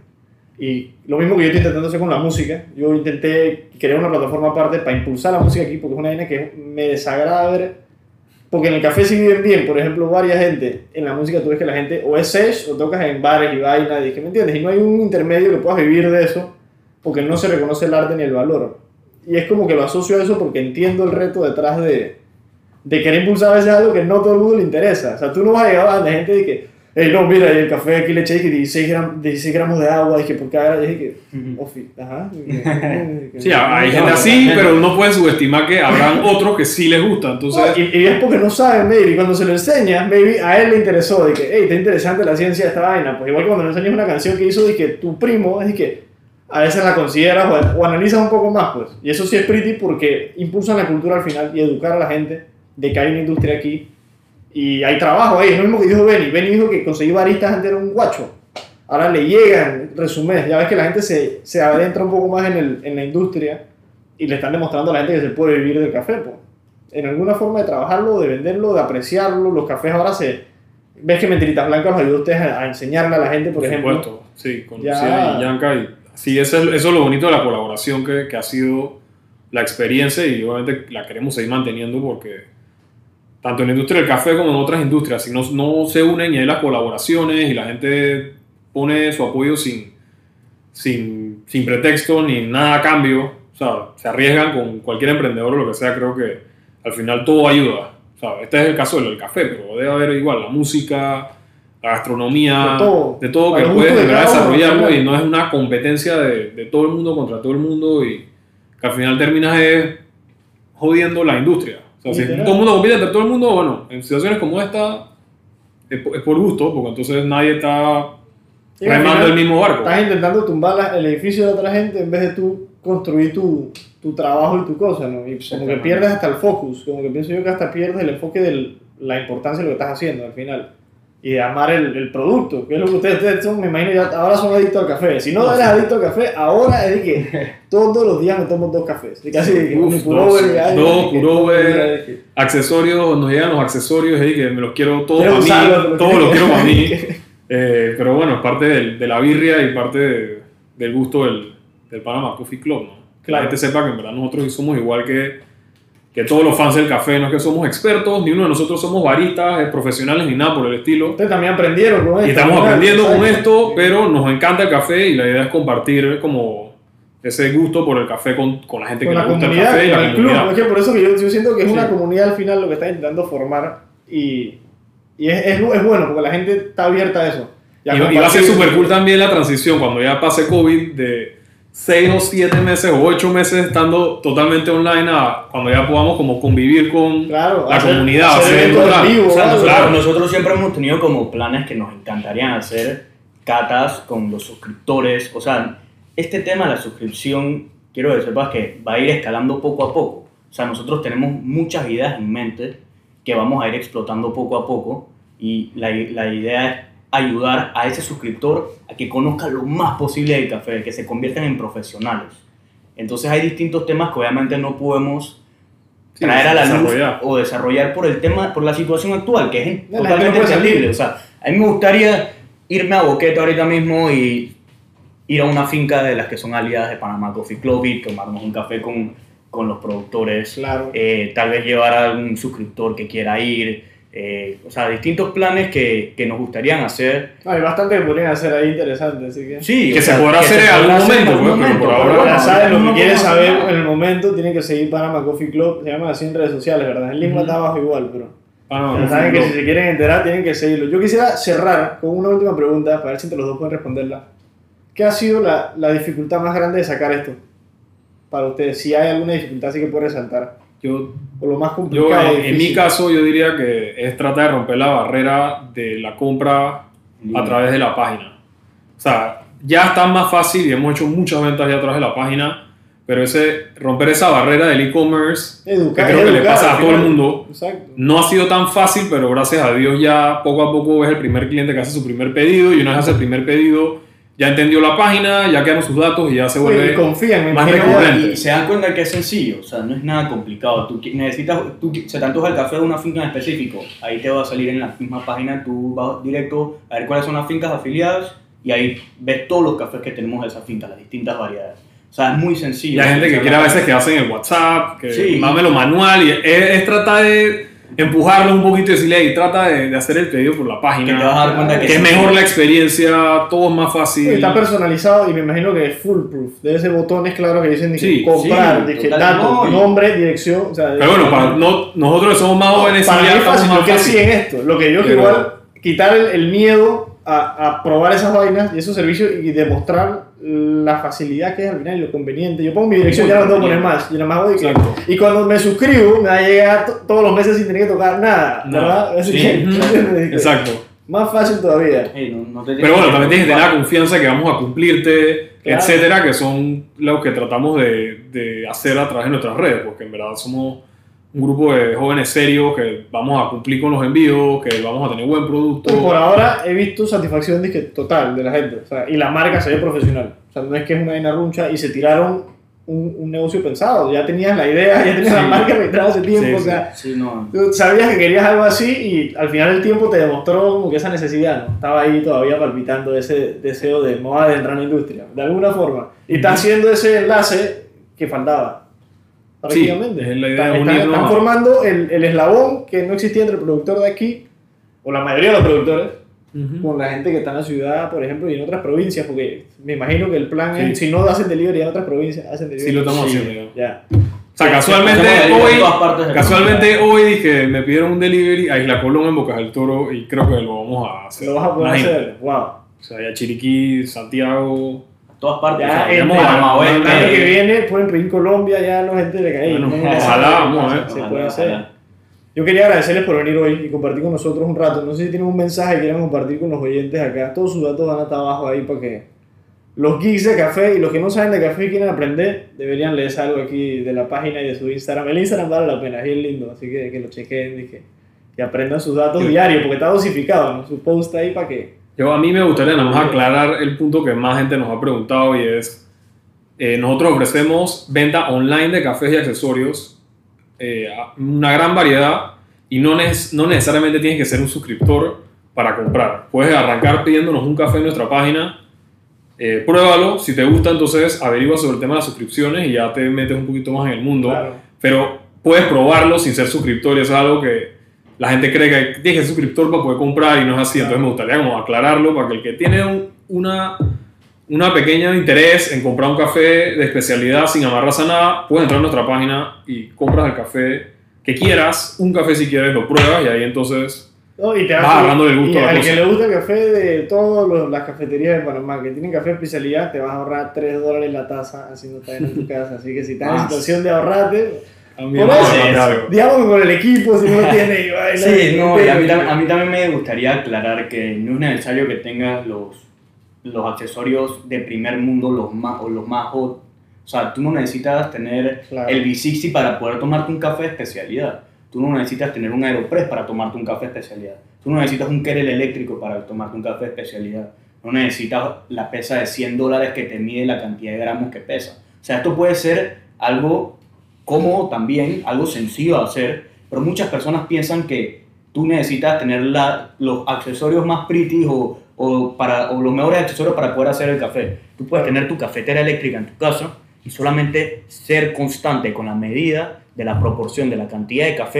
Y lo mismo que yo estoy intentando hacer con la música, yo intenté crear una plataforma aparte para impulsar la música aquí, porque es una vaina que me desagrada ver, porque en el café sí viven bien, por ejemplo, varias gente, en la música tú ves que la gente o es sesh o tocas en bares y vainas, y que me entiendes, y no hay un intermedio que puedas vivir de eso, porque no se reconoce el arte ni el valor. Y es como que lo asocio a eso porque entiendo el reto detrás de de querer impulsar a veces algo que no todo el mundo le interesa. O sea, tú no vas a llegar a la gente de que, hey, no, mira, el café aquí le eché dieciséis, gram, dieciséis gramos de agua, y que por cada... Y que, Ujú. ofi, ajá. Sí, hay gente así, pero no puedes subestimar que habrán otros que sí les gusta. Entonces, No, y, y es porque no saben, maybe, cuando se lo enseñas, maybe a él le interesó, de que, hey, está interesante la ciencia de esta vaina. Pues igual que cuando le enseñas una canción que hizo de que tu primo, es de que a veces la consideras o, o analizas un poco más, pues. Y eso sí es pretty porque impulsan la cultura al final y educar a la gente de que hay una industria aquí y hay trabajo ahí. Es lo mismo que dijo Benny. Benny dijo que conseguir baristas antes era un guacho. Ahora le llegan resumés. Ya ves que la gente se, se adentra un poco más en, el, en la industria y le están demostrando a la gente que se puede vivir del café, pues. En alguna forma de trabajarlo, de venderlo, de apreciarlo. Los cafés ahora se... Ves que Mentiritas Blancas los ayuda a ustedes a, a enseñarle a la gente, por, por ejemplo. supuesto, sí, con Ya. Lucía y Yanka. Y, sí, eso es, eso es lo bonito de la colaboración que, que ha sido la experiencia y obviamente la queremos seguir manteniendo porque tanto en la industria del café como en otras industrias, si no, no se unen y hay las colaboraciones y la gente pone su apoyo sin, sin, sin pretexto ni nada a cambio, o sea, se arriesgan con cualquier emprendedor o lo que sea, creo que al final todo ayuda. O sea, este es el caso del café, pero debe haber igual la música, la gastronomía, De todo. de todo Para que el puedes gusto de lograr cada uno, desarrollarlo claro. y no es una competencia de, de todo el mundo contra todo el mundo y que al final terminas es jodiendo la industria. O sea, si Literal. todo el mundo compite entre todo el mundo, bueno, en situaciones como esta es por, es por gusto, porque entonces nadie está Y al remando final el mismo barco. Estás intentando tumbar la- el edificio de otra gente en vez de tú construir tu, tu trabajo y tu cosa, ¿no? Y como que Exactamente. pierdes hasta el focus, como que pienso yo que hasta pierdes el enfoque de la importancia de lo que estás haciendo al final. Y de amar el, el producto, que es lo que ustedes, ustedes son, me imagino, ya ahora son adictos al café. Si no No, eres sí. adicto al café, ahora es de que todos los días me tomo dos cafés. De casi de que Uf, mi dos, pullover, ya, dos, de que- pullover. de que- Accesorios, nos llegan los accesorios y que me los quiero todos Quiero para usarlos, mí, pero todos quiero- los quiero para mí. Eh, pero bueno, es parte del- de la birria y parte de- del gusto del, del Panama Coffee Club, ¿no? Que Claro. la gente sepa que en verdad nosotros somos igual que, que todos los fans del café, no es que somos expertos, ni uno de nosotros somos baristas, eh, profesionales, ni nada por el estilo. Ustedes también aprendieron con esto. Y estamos ¿verdad? aprendiendo con Exacto. esto, pero nos encanta el café y la idea es compartir como ese gusto por el café con, con la gente Con que la le gusta el comunidad, café y con la el club. comunidad. Es que por eso que yo, yo siento que es una Sí. comunidad al final lo que está intentando formar y, y es, es, es bueno porque la gente está abierta a eso. Y, y va a ser súper cool también la transición cuando ya pase COVID de seis o siete meses o ocho meses estando totalmente online a cuando ya podamos como convivir con Claro, la hacer- comunidad. hacer hacer eventos en online. vivo, O sea, ¿vale? nosotros, Claro. nosotros siempre hemos tenido como planes que nos encantarían hacer catas con los suscriptores. O sea, este tema de la suscripción, quiero que sepas que va a ir escalando poco a poco. O sea, nosotros tenemos muchas ideas en mente que vamos a ir explotando poco a poco y la, la idea es ayudar a ese suscriptor a que conozca lo más posible del café, que se conviertan en profesionales. Entonces hay distintos temas que obviamente no podemos Sí, traer a la desarrollar. luz o desarrollar por el tema, por la situación actual, que es No, la totalmente gente no puede entendible. salir. O sea, a mí me gustaría irme a Boquete ahorita mismo y ir a una finca de las que son aliadas de Panama Coffee Club y tomarnos un café con, con los productores. Claro. Eh, tal vez llevar a algún suscriptor que quiera ir, Eh, o sea, distintos planes que, que nos gustarían hacer. No, hay bastante que podrían hacer ahí interesante, así que... Sí, que o se sea, podrá que hacer se en podrá algún hacer en momento, algún pues, pero momento, por pero ahora bueno, Ya saben lo no que quieren pasa saber nada. en el momento, tienen que seguir Panama Coffee Club, se llama así en redes sociales, ¿verdad? El link va a estar abajo igual, pero... Ah, no, Ya no, saben no. que si se quieren enterar, tienen que seguirlo. Yo quisiera cerrar con una última pregunta, para ver si entre los dos pueden responderla. ¿Qué ha sido la, la dificultad más grande de sacar esto? Para ustedes, si hay alguna dificultad, sí que puede resaltar. Yo, O lo más yo complicado. en, en mi difícil. caso, yo diría que es tratar de romper la barrera de la compra a través de la página. O sea, ya está más fácil y hemos hecho muchas ventas ya a través de la página, pero ese, romper esa barrera del e-commerce, que Educar, creo que le educar, pasa a al todo el final. mundo, Exacto. no ha sido tan fácil, pero gracias a Dios ya poco a poco ves el primer cliente que hace su primer pedido y una vez hace el primer pedido ya entendió la página, ya quedaron sus datos y ya se vuelve Y confían en más que- recurrente. Y se dan cuenta que es sencillo, o sea, no es nada complicado. Tú qui- necesitas, tú, qui- se te antoja el café de una finca en específico, ahí te va a salir en la misma página, tú vas directo a ver cuáles son las fincas afiliadas y ahí ves todos los cafés que tenemos de esa finca, las distintas variedades. O sea, es muy sencillo. Y hay gente que Utilizar quiere a la veces que página. hacen el WhatsApp, que Sí. mámelo manual, y es, es tratar de empujarlo un poquito y decirle, hey, trata de, de hacer el pedido por la página, Que te vas a dar cuenta que que es sí. mejor la experiencia, todo es más fácil. Está personalizado y me imagino que es foolproof. Debe ser botones claros que dicen dije, Sí, comprar, sí, dije, total, datos, no, y- nombre, dirección. O sea, Pero bueno, para no- nosotros que somos más jóvenes, para sí mí ya es estamos fácil, yo más crecí fácil. en esto. Lo que yo que Pero- igual quitar el, el miedo a, a probar esas vainas y esos servicios y demostrar la facilidad que es al final y lo conveniente. Yo pongo mi dirección, Muy ya no tengo que poner conveniente. más. Y nada más voy que- Exacto. y cuando me suscribo, me va a llegar to- todos los meses sin tener que tocar nada, No. ¿verdad? Así Sí, que- exacto. Exacto. Más fácil todavía. Hey, no- no te Pero bueno, tienes también tienes que tener la preocupar. confianza que vamos a cumplirte, Claro. etcétera, que son lo que tratamos de, de hacer a través de nuestras redes, porque en verdad somos un grupo de jóvenes serios que vamos a cumplir con los envíos, que vamos a tener buen producto. Pero por ahora he visto satisfacción dizque, total de la gente. O sea, y la marca se ve profesional. O sea, no es que es una vaina runcha y se tiraron un, un negocio pensado. Ya tenías la idea, ya tenías Sí. la marca registrada hace tiempo. Sí, o sí. sea, Sí, no. tú sabías que querías algo así y al final del tiempo te demostró como que esa necesidad, ¿no? Estaba ahí todavía palpitando ese deseo de moda de entrar en la industria, de alguna forma. Y está haciendo ese enlace que faltaba. Sí, Prácticamente. es la idea están, de están- unirnos están a- formando el, el eslabón que no existía entre el productor de aquí, o la mayoría de los productores, Ujú. con la gente que está en la ciudad, por ejemplo, y en otras provincias, porque me imagino que el plan Sí. es, si no hacen delivery en otras provincias, hacen delivery. Sí, lo estamos Sí. haciendo ya. Ya. O sea, casualmente Hacemos delivery en hoy, todas partes del casualmente mundo. hoy dije, me pidieron un delivery a Isla Colón en Bocas del Toro y creo que lo vamos a hacer. Lo vas a poder Imagínate. hacer. Wow. O sea, ya Chiriquí, Santiago. Todas partes. Ya, o sea, el, digamos, el- Panamá el Oeste. año que viene pueden pedir Colombia, ya la gente le cae. Bueno, No, no, no, ojalá, no, vamos a ver. Se Ojalá, puede hacer. ojalá. Yo quería agradecerles por venir hoy y compartir con nosotros un rato. No sé si tienen un mensaje que quieran compartir con los oyentes acá. Todos sus datos van a estar abajo ahí para que los geeks de café y los que no saben de café y quieren aprender, deberían leerse algo aquí de la página y de su Instagram. El Instagram vale la pena, es bien lindo, así que, que lo chequen y que, que aprendan sus datos Sí. diarios, porque está dosificado, ¿no? Su post ahí para que... Yo a mí me gustaría nada más aclarar el punto que más gente nos ha preguntado y es, eh, nosotros ofrecemos venta online de cafés y accesorios, eh, a- una gran variedad y no, neces- no necesariamente tienes que ser un suscriptor para comprar. Puedes arrancar pidiéndonos un café en nuestra página, eh, pruébalo, si te gusta entonces averigua sobre el tema de las suscripciones y ya te metes un poquito más en el mundo, Claro. pero puedes probarlo sin ser suscriptor y eso es algo que la gente cree que tienes que ser suscriptor para poder comprar y no es así. Entonces me gustaría como aclararlo para que el que tiene un, una, una pequeña interés en comprar un café de especialidad sin amarrarse a nada, puedes entrar a nuestra página y compras el café que quieras, un café si quieres, lo pruebas y ahí entonces No, y te vas vas- agarrándole el gusto y a la al cosa. que le gusta el café de todas las cafeterías de Panamá que tienen café de especialidad, te vas a ahorrar tres dólares la taza haciendo esta en tu casa. Así que si estás en Más. situación de ahorrarte, También por vamos a eso, hablar de algo. digamos que con el equipo, si no lo tiene y vaina, Sí, no, y a mí, tam- a mí mí también me gustaría aclarar que no es necesario que tengas los, los accesorios de primer mundo, los más, o los más hot. O sea, tú no necesitas tener Claro. el V sesenta para poder tomarte un café de especialidad. Tú no necesitas tener un Aeropress para tomarte un café de especialidad. Tú no necesitas un Kettle eléctrico para tomarte un café de especialidad. No necesitas la pesa de cien dólares que te mide la cantidad de gramos que pesa. O sea, esto puede ser algo cómodo también, algo sencillo de hacer, pero muchas personas piensan que tú necesitas tener la, los accesorios más pretty o, o, para, o los mejores accesorios para poder hacer el café. Tú puedes tener tu cafetera eléctrica en tu casa y solamente ser constante con la medida de la proporción de la cantidad de café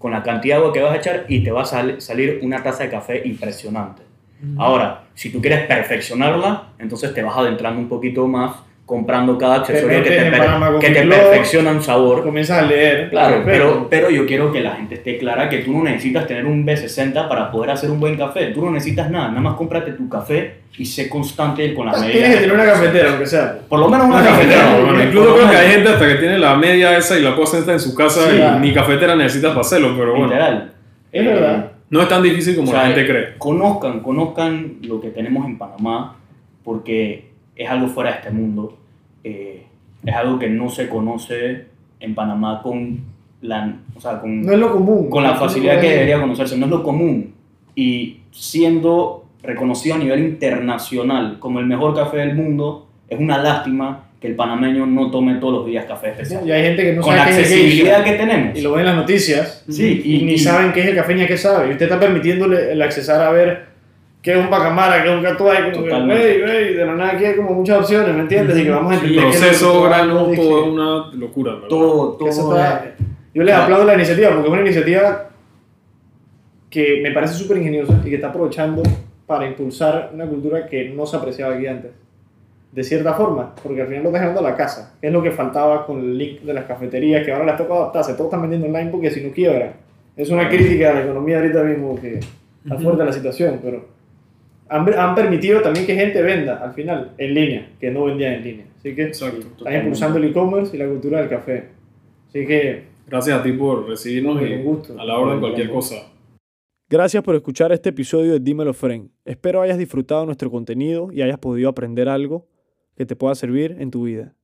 con la cantidad de agua que vas a echar y te va a sal- salir una taza de café impresionante. Uh-huh. Ahora, si tú quieres perfeccionarla, entonces te vas adentrando un poquito más, comprando cada accesorio que te, per que te perfecciona un sabor. Comienzas a leer. Claro, pero, pero yo quiero que la gente esté clara que tú no necesitas tener un B sesenta para poder hacer un buen café. Tú no necesitas nada, nada más cómprate tu café y sé constante con las medidas. Tienes que tener una cafetera, aunque sea. Por lo menos una no, cafetera. No, bueno, incluso creo que hay gente hasta que tiene la media esa y la cosa está en su casa sí, y ya. Ni cafetera necesitas para hacerlo, pero bueno. Literal. Es eh, verdad. No es tan difícil como o sea, la gente cree. Conozcan, conozcan lo que tenemos en Panamá, porque es algo fuera de este mundo. Eh, es algo que no se conoce en Panamá con la, o sea, con, no es lo común, con la facilidad que debería conocerse, no es lo común. Y siendo reconocido a nivel internacional como el mejor café del mundo, es una lástima que el panameño no tome todos los días café especial. Y hay gente que no con sabe la qué accesibilidad es el que tenemos. Y lo ven en las noticias. Sí, y, y ni y, saben qué es el café ni a qué sabe. Y usted está permitiéndole el accesar a ver qué es un pacamara, qué es un catuay, como que, hey, hey, de la nada aquí hay como muchas opciones, ¿me entiendes? Y que vamos a entender el proceso, que grano, todo es una locura, ¿verdad? Todo, todo. Está, yo les aplaudo la iniciativa porque es una iniciativa que me parece súper ingeniosa y que está aprovechando para impulsar una cultura que no se apreciaba aquí antes. De cierta forma, porque al final lo estás llevando a la casa. Es lo que faltaba con el link de las cafeterías, que ahora les toca adaptarse. Todos están vendiendo online porque si no quiebran. Es una crítica a la economía ahorita mismo que está fuerte la situación, pero han, han permitido también que gente venda al final en línea, que no vendía en línea. Así que exacto, están impulsando el e-commerce y la cultura del café. Así que gracias a ti por recibirnos y un gusto, a la hora de cualquier cosa. Gracias por escuchar este episodio de Dímelo Friend. Espero hayas disfrutado nuestro contenido y hayas podido aprender algo que te pueda servir en tu vida.